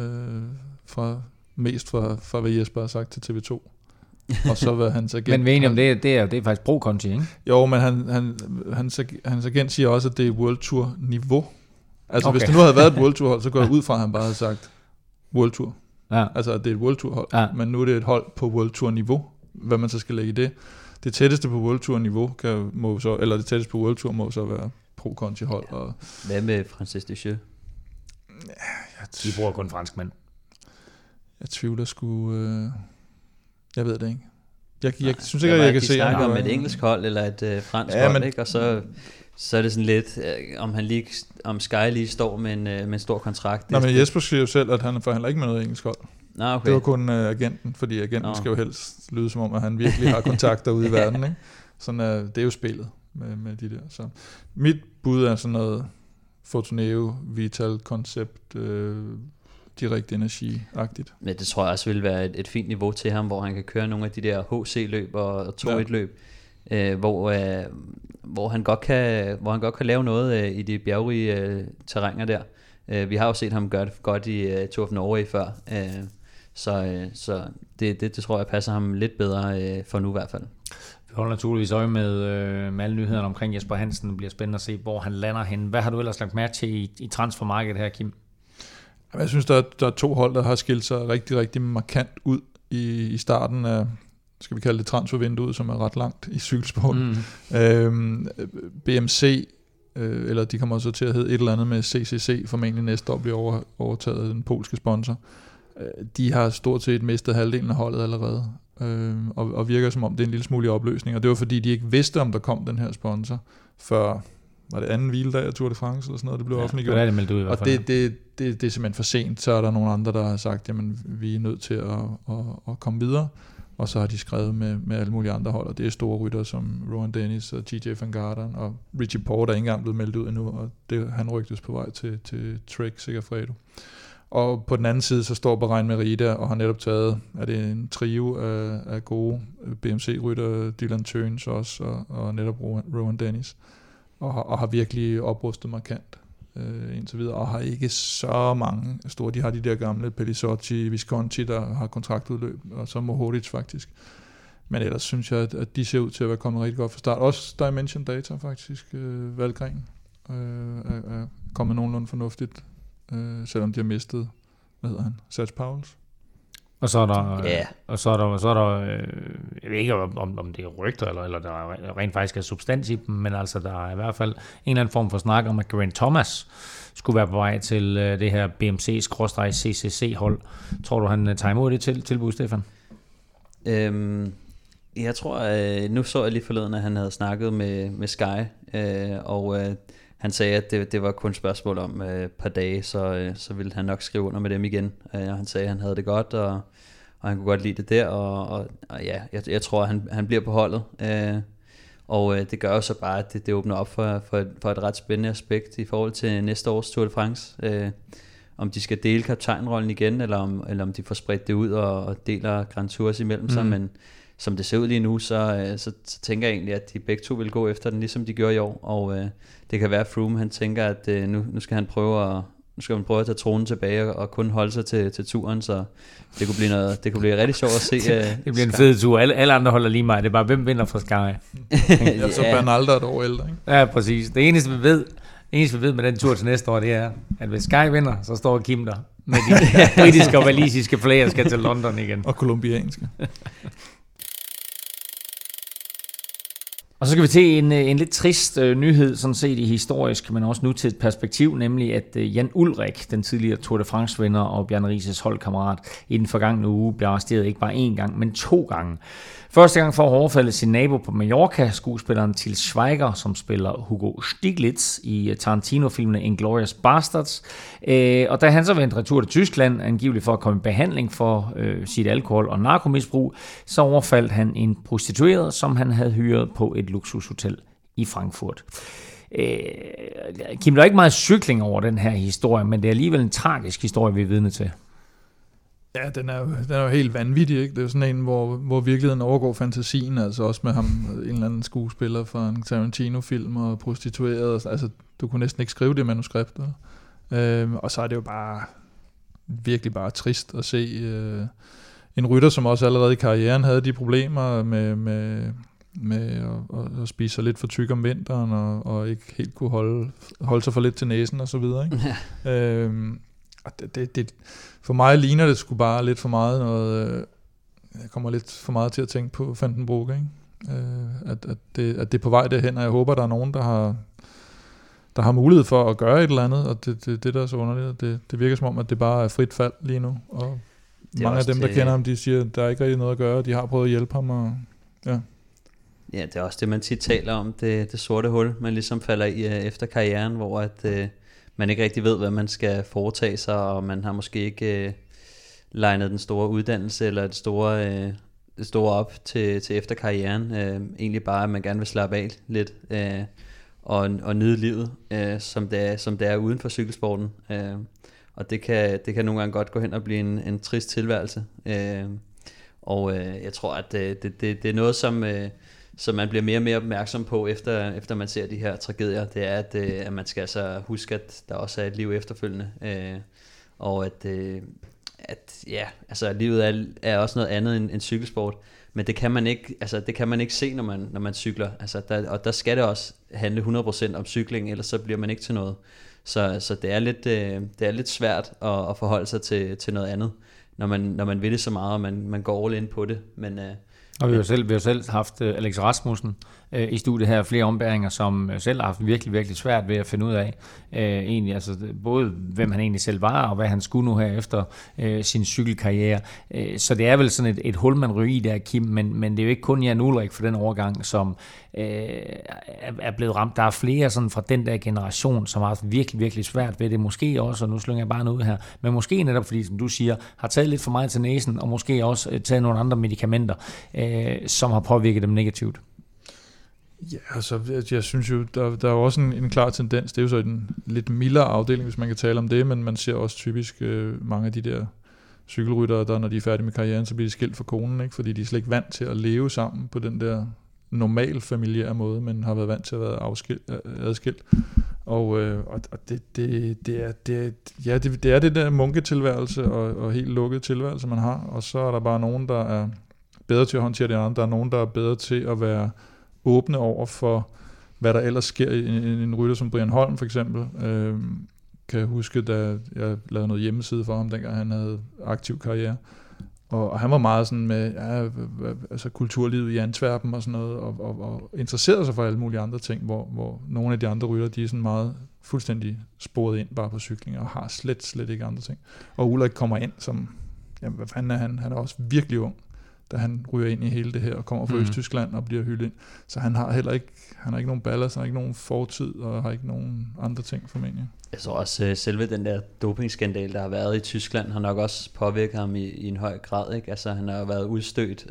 Mest fra hvad Jesper har sagt til TV2. Og så hvad hans agent... Men vi er enige om det er faktisk pro-konti, ikke? Jo, men hans agent siger også, at det er World Tour niveau. Altså okay. Hvis det nu havde været et World Tour hold, så går jeg ud fra, at han bare havde sagt World Tour. Ja. Altså at det er et World Tour hold. Ja. Men nu er det et hold på World Tour niveau. Hvad man så skal lægge i det. Det tætteste på World Tour niveau det tætteste på World Tour må så være pro-konti hold. Og... Hvad med Francis Deschamps? De bruger kun franskmænd. Jeg tvivler sgu... Jeg ved det ikke. Jeg synes ikke, at jeg kan se... De snakker om et engelsk hold eller et fransk hold, ikke? Og så er det sådan lidt, om Sky lige står med en stor kontrakt. Nej, men Jesper siger jo selv, at han får heller ikke med noget engelsk hold. Okay. Det var kun agenten, fordi agenten skal jo helst lyde som om, at han virkelig har kontakter ude i verden, ikke? Sådan det er jo spillet med de der. Så mit bud er sådan noget Fortuneo, Vital, koncept, direkte energi-agtigt. Men det tror jeg også vil være et fint niveau til ham, hvor han kan køre nogle af de der HC-løb og 2-1-løb, hvor han godt kan lave noget i de bjergrige terrænger der. Vi har jo set ham gøre det godt i Tour of Norway før, så det tror jeg passer ham lidt bedre for nu i hvert fald. Vi holder naturligvis øje med alle nyhederne omkring Jesper Hansen. Det bliver spændende at se, hvor han lander hen. Hvad har du ellers lagt mærke til i transfermarkedet her, Kim? Jeg synes, der er 2 hold, der har skilt sig rigtig, rigtig markant ud i starten af, skal vi kalde det transfervinduet, som er ret langt i cykelsporten. BMC, eller de kommer så til at hedde et eller andet med CCC, formentlig næste år bliver overtaget af den polske sponsor. De har stort set mistet halvdelen af holdet allerede, og virker som om det er en lille smule i opløsning, og det var fordi, de ikke vidste, om der kom den her sponsor, før var det anden hviledag af Tour de France eller sådan noget, det blev offentliggjort. Det meldt ud i hvert fald. Og det er simpelthen for sent. Så er der nogle andre, der har sagt, jamen vi er nødt til at komme videre, og så har de skrevet med alle mulige andre hold, og det er store rytter som Rowan Dennis og TJ van Garderen og Richie Porte, der ikke engang blevet meldt ud endnu, og han rygtes på vej til Trek Segafredo. Og på den anden side, så står Bahrain Merida og har netop taget, er det en trio af gode BMC-rytter, Dylan Teuns også, og netop Rowan Dennis, og har virkelig oprustet markant indtil videre, og har ikke så mange store. De har de der gamle Pellizotti, Visconti, der har kontraktudløb, og så Mohoric faktisk. Men ellers synes jeg, at de ser ud til at være kommet rigtig godt fra start. Også Dimension Data faktisk, Valgren, er kommet nogenlunde fornuftigt, selvom de har mistet, hvad hedder han, Serge Pauwels. Og så er der, jeg ved ikke om det er rygter, eller der rent faktisk er substans i dem, men altså der er i hvert fald en eller anden form for snak om, at Geraint Thomas skulle være på vej til det her BMC/CCC-hold. Tror du, han tager imod det tilbud, Stefan? Jeg tror, nu så jeg lige forleden, at han havde snakket med Sky, og han sagde, at det var kun et spørgsmål om et par dage, så ville han nok skrive under med dem igen. Han sagde, at han havde det godt, og han kunne godt lide det der, og ja, jeg tror, at han bliver på holdet. Og det gør jo så bare, at det åbner op for et ret spændende aspekt i forhold til næste års Tour de France. Om de skal dele kaptajnrollen igen, eller om de får spredt det ud og deler Grand Tours imellem sig, men som det ser ud lige nu, så tænker jeg egentlig, at de begge to vil gå efter den, ligesom de gjorde i år, og det kan være, at Froome, han tænker, at nu skal han prøve at tage tronen tilbage og kun holde sig til turen, så det kunne blive rigtig sjovt at se. Det bliver en fed tur. Alle andre holder lige mig. Det er bare, hvem vinder fra Sky? Ja, så Bernal er et år ældre, ikke? Ja, præcis. Det eneste, vi ved med den tur til næste år, det er, at hvis Sky vinder, så står Kim der med de britiske og walisiske flager skal til London igen. Og kolumbianske. Og så skal vi til en lidt trist nyhed, sådan set i historisk, men også nu til et perspektiv, nemlig at Jan Ullrich, den tidligere Tour de France-vinder og Bjarne Riises holdkammerat, i den forgangne uge blev arresteret ikke bare én gang, men 2 gange. Første gang for at overfalde sin nabo på Mallorca, skuespilleren Til Schweiger, som spiller Hugo Stiglitz i Tarantino-filmene Inglourious Basterds. Og da han så vendte retur til Tyskland, angiveligt for at komme i behandling for sit alkohol- og narkomisbrug, så overfaldt han en prostitueret, som han havde hyret på et luksushotel i Frankfurt. Kim, der er ikke meget cykling over den her historie, men det er alligevel en tragisk historie, vi er vidne til. Ja, den er jo helt vanvittig, ikke? Det er jo sådan en, hvor virkeligheden overgår fantasien, altså også med ham, en eller anden skuespiller fra en Tarantino-film og prostitueret, altså du kunne næsten ikke skrive det manuskript. Og så er det jo bare virkelig bare trist at se en rytter, som også allerede i karrieren havde de problemer med at spise sig lidt for tyk om vinteren, og ikke helt kunne holde sig for lidt til næsen og så videre, ikke? Ja. Det for mig ligner det sgu bare lidt for meget noget. Jeg kommer lidt for meget til at tænke på Van den Broek, ikke? At det er på vej derhen, og jeg håber, der er nogen, der har mulighed for at gøre et eller andet, og det der er så underligt. Det virker som om, at det bare er frit fald lige nu, og mange af dem, der kender ham, de siger, at der er ikke rigtig noget at gøre, de har prøvet at hjælpe ham, og ja. Ja, det er også det, man tit taler om, det sorte hul, man ligesom falder i efter karrieren, hvor at man ikke rigtig ved, hvad man skal foretage sig, og man har måske ikke legnet den store uddannelse, eller det store op til efter karrieren. Egentlig bare, at man gerne vil slappe af lidt, og nyde livet, som det er uden for cykelsporten. Og det kan nogle gange godt gå hen og blive en trist tilværelse. Og jeg tror, at det er noget, som man bliver mere og mere opmærksom på, efter man ser de her tragedier. Det er, at man skal altså huske, at der også er et liv efterfølgende. Og at livet er også noget andet end cykelsport. Men det kan man ikke se, når man cykler. Altså, der skal det også handle 100% om cykling, ellers så bliver man ikke til noget. Så det er lidt svært at forholde sig til noget andet, når man vil det så meget, og man går all in på det. Men og vi har jo selv haft Alex Rasmussen i studiet her, flere ombæringer, som selv har haft virkelig, virkelig svært ved at finde ud af, egentlig, altså både hvem han egentlig selv var, og hvad han skulle nu her efter sin cykelkarriere. Så det er vel sådan et hul, man ryger i der, Kim, men det er jo ikke kun Jan Ullrich for den overgang, som er blevet ramt. Der er flere sådan fra den der generation, som har haft virkelig, virkelig svært ved det. Måske også, og nu slynger jeg bare noget ud her, men måske netop fordi, som du siger, har taget lidt for meget til næsen, og måske også taget nogle andre medicamenter, som har påvirket dem negativt. Ja, altså jeg synes jo, der er jo også en klar tendens. Det er jo så en lidt mildere afdeling, hvis man kan tale om det, men man ser også typisk mange af de der cykelryttere, der når de er færdige med karrieren, så bliver de skilt fra konen, ikke? Fordi de er slet ikke vant til at leve sammen på den der normal familiære måde, men har været vant til at være adskilt. Og det er det der munketilværelse og helt lukket tilværelse, man har. Og så er der bare nogen, der er bedre til at håndtere det andet. Der er nogen, der er bedre til at være åbne over for, hvad der ellers sker i en rytter som Brian Holm for eksempel. Kan jeg huske, da jeg lavede noget hjemmeside for ham, dengang han havde aktiv karriere. Og han var meget sådan med altså kulturlivet i Antwerpen og sådan noget, og interesserede sig for alle mulige andre ting, hvor nogle af de andre rytter, de er sådan meget fuldstændig sporet ind bare på cykling, og har slet ikke andre ting. Og Ulrik kommer ind som, jamen hvad fanden er han? Han er også virkelig ung, da han ryger ind i hele det her, og kommer fra Østtyskland og bliver hyldet ind. Så han har heller ikke, han har ikke nogen ballast, han har ikke nogen fortid, og har ikke nogen andre ting formentlig. Jeg tror også, selve den der dopingskandal, der har været i Tyskland, har nok også påvirket ham i en høj grad, ikke? Altså han har været udstødt,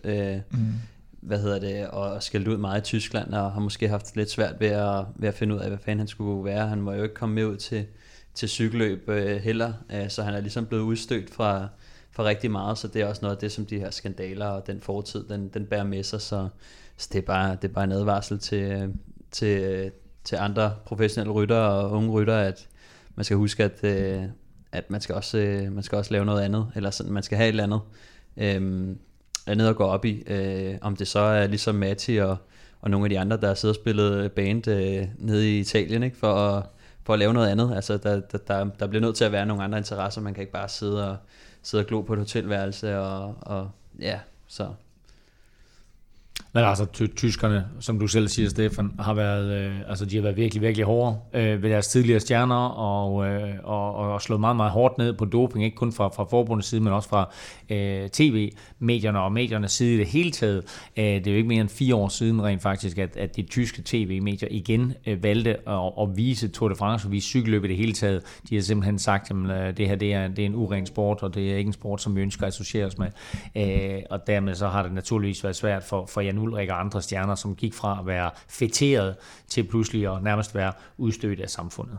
og skældt ud meget i Tyskland, og har måske haft lidt svært ved at finde ud af, hvad fanden han skulle være. Han må jo ikke komme med ud til cykelløb heller, så han er ligesom blevet udstødt fra rigtig meget, så det er også noget af det, som de her skandaler og den fortid, den bærer med sig, så det er bare en advarsel til andre professionelle ryttere og unge ryttere, at man skal huske, at man skal også lave noget andet, eller sådan, man skal have et eller andet at gå op i, om det så er ligesom Matti og nogle af de andre, der har siddet og spillet band nede i Italien, ikke, for at lave noget andet. Altså der bliver nødt til at være nogle andre interesser. Man kan ikke bare sidde og glo på et hotelværelse og ja, så. Men altså tyskerne, som du selv siger, Stefan, har været, de har været virkelig, virkelig hårde ved deres tidligere stjerner og slået meget, meget hårdt ned på doping, ikke kun fra forbundets side, men også fra tv-medierne og mediernes side i det hele taget. Det er jo ikke mere end 4 år siden rent faktisk, at de tyske tv-medier igen valgte at vise Tour de France og vise cykelløb i det hele taget. De har simpelthen sagt, at det her det er en uren sport, og det er ikke en sport, som vi ønsker at associere os med. Og dermed så har det naturligvis været svært for Jan Ullrich og andre stjerner, som gik fra at være fætteret til pludselig at nærmest være udstødt af samfundet.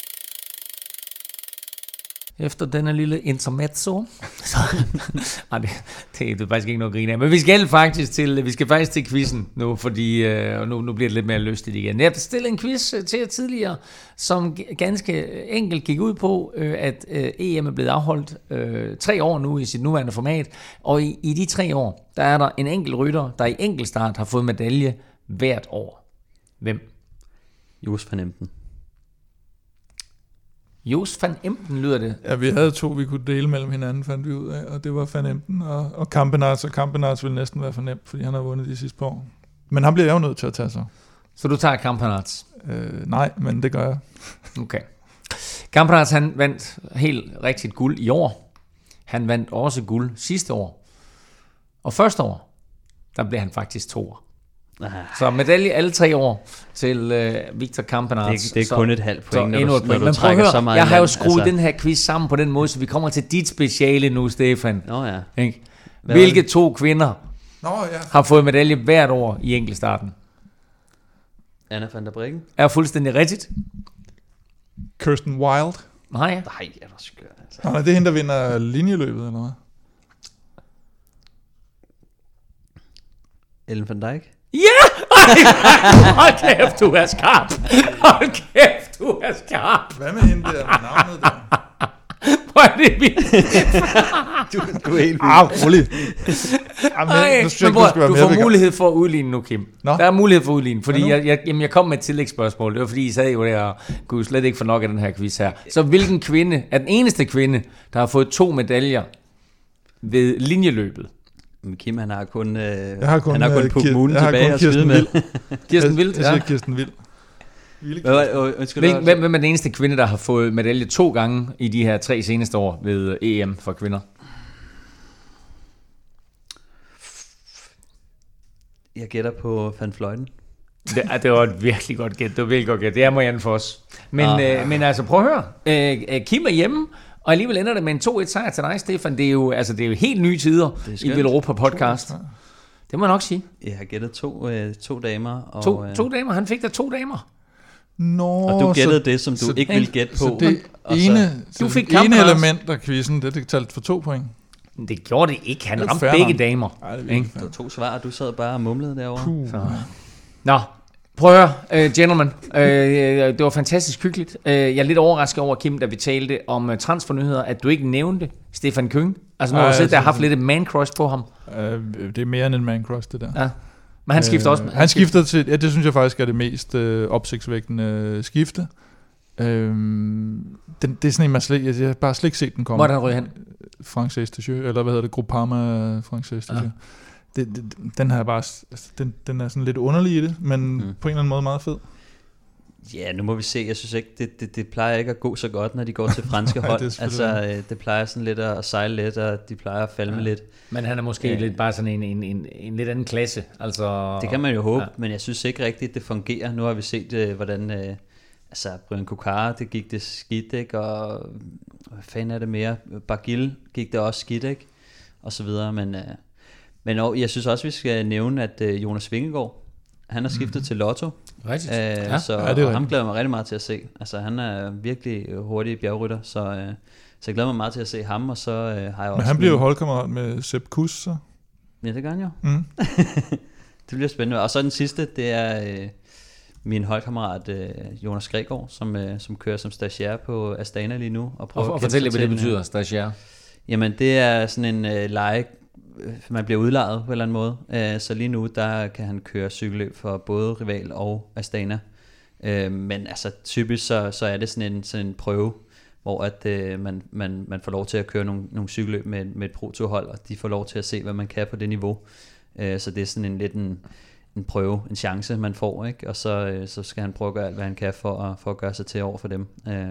Efter denne lille intermezzo, så det er faktisk ikke noget at grine af, men vi skal faktisk til quizzen nu, fordi nu bliver det lidt mere lystigt igen. Jeg stillede en quiz til jer tidligere, som ganske enkelt gik ud på, at EM er blevet afholdt 3 år nu i sit nuværende format, og i de 3 år, der er der en enkelt rytter, der i enkeltstart har fået medalje hvert år. Hvem? Jos van Emden. Jos van Emden lyder det. Ja, vi havde 2, vi kunne dele mellem hinanden, fandt vi ud af, og det var van Emden og Campenaerts, og Campenaerts ville næsten være for nemt, fordi han har vundet de sidste par år. Men han bliver jeg jo nødt til at tage sig. Så du tager Campenaerts? Nej, men det gør jeg. Okay. Campenaerts, han vandt helt rigtigt guld i år. Han vandt også guld sidste år. Og første år, der blev han faktisk 2'er. Så medalje alle 3 år til Victor Campenaerts. Det er kun et halvt point, når du men trækker så meget. Jeg har jo skruet den her quiz sammen på den måde, så vi kommer til dit speciale nu, Stefan. Nå ja. Hvilke 2 kvinder har fået medalje hvert år i enkeltstarten? Anna van der Breggen. Er fuldstændig rigtigt. Kirsten Wild. Nej, er der skørt. Altså. Nej, det er hende, der vinder linjeløbet, eller hvad? Ellen van Dijk. Ja! Hold kæft, du er skarp. Hold kæft, du er skarp. Hvad med hende der med navnet der? Hvor er det vildt. Du er helt vildt. Du får mulighed for at udligne nu, Kim. Nå? Der er mulighed for at udligne, fordi jeg kom med et tillægsspørgsmål. Det var fordi, I sad jo der og kunne slet ikke få nok af den her quiz her. Så hvilken kvinde er den eneste kvinde, der har fået 2 medaljer ved linjeløbet? Kim, han har kun Puck Moon tilbage at skyde med. Kirsten Wild, ja. Jeg siger Kirsten Wild. Hvem er den eneste kvinde, der har fået medalje 2 gange i de her 3 seneste år ved EM for kvinder? Jeg gætter på Van Vleuten. Det var et virkelig godt gæt. Det var virkelig godt gæt. Det er Marianne Foss. Men altså, prøv at høre. Kim er hjemme. Og alligevel ender det med en 2-1 sejr til dig, Stefan. Det er jo helt nye tider i Velropa podcast. Det må jeg nok sige. Jeg har gættet to damer. Og, to damer? Han fik da 2 damer. Og du gættede det, som du ikke ville gætte på. Så det du fik ene element af quizzen, det talte for 2 point. Det gjorde det ikke. Han ramte begge damer. Ej, det var 2 svar, og du sad bare og mumlede derovre. Nå, prøv at høre, gentlemen. Det var fantastisk hyggeligt. Jeg er lidt overrasket over, Kim, da vi talte om transfernyheder, at du ikke nævnte Stefan Küng. Altså nu har du set, der har haft lidt et man-crush på ham. Det er mere end en man-crush, det der. Ja. Men han skifter også. Han skifter til, ja, det synes jeg faktisk er det mest opsigtsvækkende skifte. Det er sådan en, jeg har bare slet ikke set den komme. Hvor er den rød hen? Française Stacheux, eller hvad hedder det, Groupama Française Stacheux. Ja. Den her bare, den er sådan lidt underlig i det, men på en eller anden måde meget fed. Ja, nu må vi se. Jeg synes ikke, det plejer ikke at gå så godt, når de går til franske hold. Det plejer sådan lidt at sejle lidt, og de plejer at falme lidt. Men han er måske lidt bare sådan en lidt anden klasse. Altså, det kan man jo håbe, men jeg synes ikke rigtigt, det fungerer. Nu har vi set, hvordan Brian Kokara, det gik det skidt, ikke? Og hvad fanden er det mere? Bargiel gik det også skidt, ikke? Og så videre, men jeg synes også, vi skal nævne, at Jonas Vingegaard, han har skiftet til Lotto. Rigtigt. Så ham glæder mig rigtig meget til at se. Altså han er virkelig hurtig bjergrytter, så jeg glæder mig meget til at se ham, og så har jeg også... Men han bliver jo holdkammerat med Sepp Kuss, så... Ja, det gør han jo. Det bliver spændende. Og så den sidste, det er min holdkammerat Jonas Gregor, som kører som stagiaire på Astana lige nu. Og fortæl lidt, hvad det betyder, stagiaire. Jamen, det er sådan en leje, man bliver udlejet på en eller anden måde. Så lige nu, der kan han køre cykelløb for både Rival og Astana. Men altså typisk så er det sådan en prøve, hvor at man får lov til at køre nogle cykelløb med et Pro Tour hold, og de får lov til at se, hvad man kan på det niveau. Så det er sådan en prøve, en chance, man får, ikke? Og så skal han prøve at gøre alt, hvad han kan for at gøre sig til over for dem.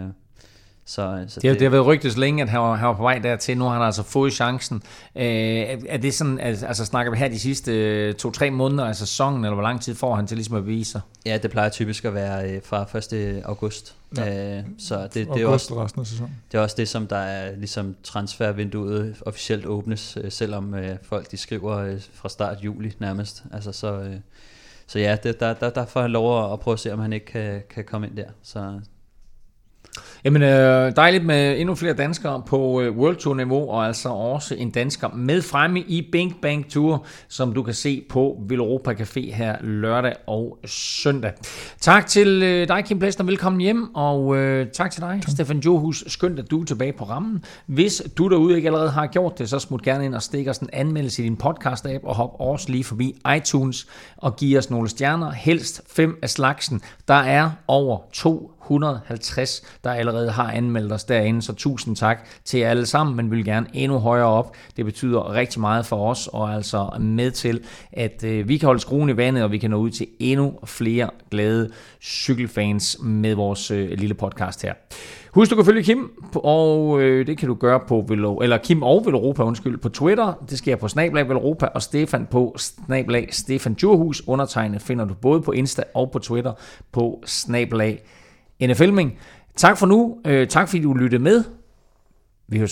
Så det har været rygtet så længe, at han var på vej dertil. Nu har han altså fået chancen. Er det sådan, altså snakker vi her de sidste 2-3 måneder af sæsonen, eller hvor lang tid får han til ligesom at bevise sig? Ja, det plejer typisk at være fra 1. august. Ja. Så det er også resten af sæsonen. Det er også det, som der er ligesom transfervinduet officielt åbnes, selvom folk de skriver fra start juli nærmest. Altså så ja, der får han lov at prøve at se, om han ikke kan komme ind der. Så Jamen dejligt med endnu flere danskere på World Tour niveau, og altså også en dansker med fremme i Bing Bang Tour, som du kan se på Villeuropa Café her lørdag og søndag. Tak til dig, Kim Plesner, velkommen hjem, og tak til dig, Stefan Djurhus. Skønt, at du er tilbage på rammen. Hvis du derude ikke allerede har gjort det, så smut gerne ind og stik os en anmeldelse i din podcast-app, og hop også lige forbi iTunes og giv os nogle stjerner, helst 5 af slagsen. Der er over 250, der allerede har anmeldt os derinde, så tusind tak til jer alle sammen, men vi vil gerne endnu højere op. Det betyder rigtig meget for os, og altså med til, at vi kan holde skruen i vandet, og vi kan nå ud til endnu flere glade cykelfans med vores lille podcast her. Husk, du kan følge Kim, og det kan du gøre på Kim og Villeuropa, på Twitter. Det sker på @Villeuropa, og Stefan på @Stefan Djurhus. Undertegnet finder du både på Insta og på Twitter på @NFLming. Tak for nu. Tak fordi du lyttede med. Vi høres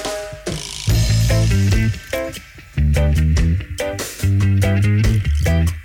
ved.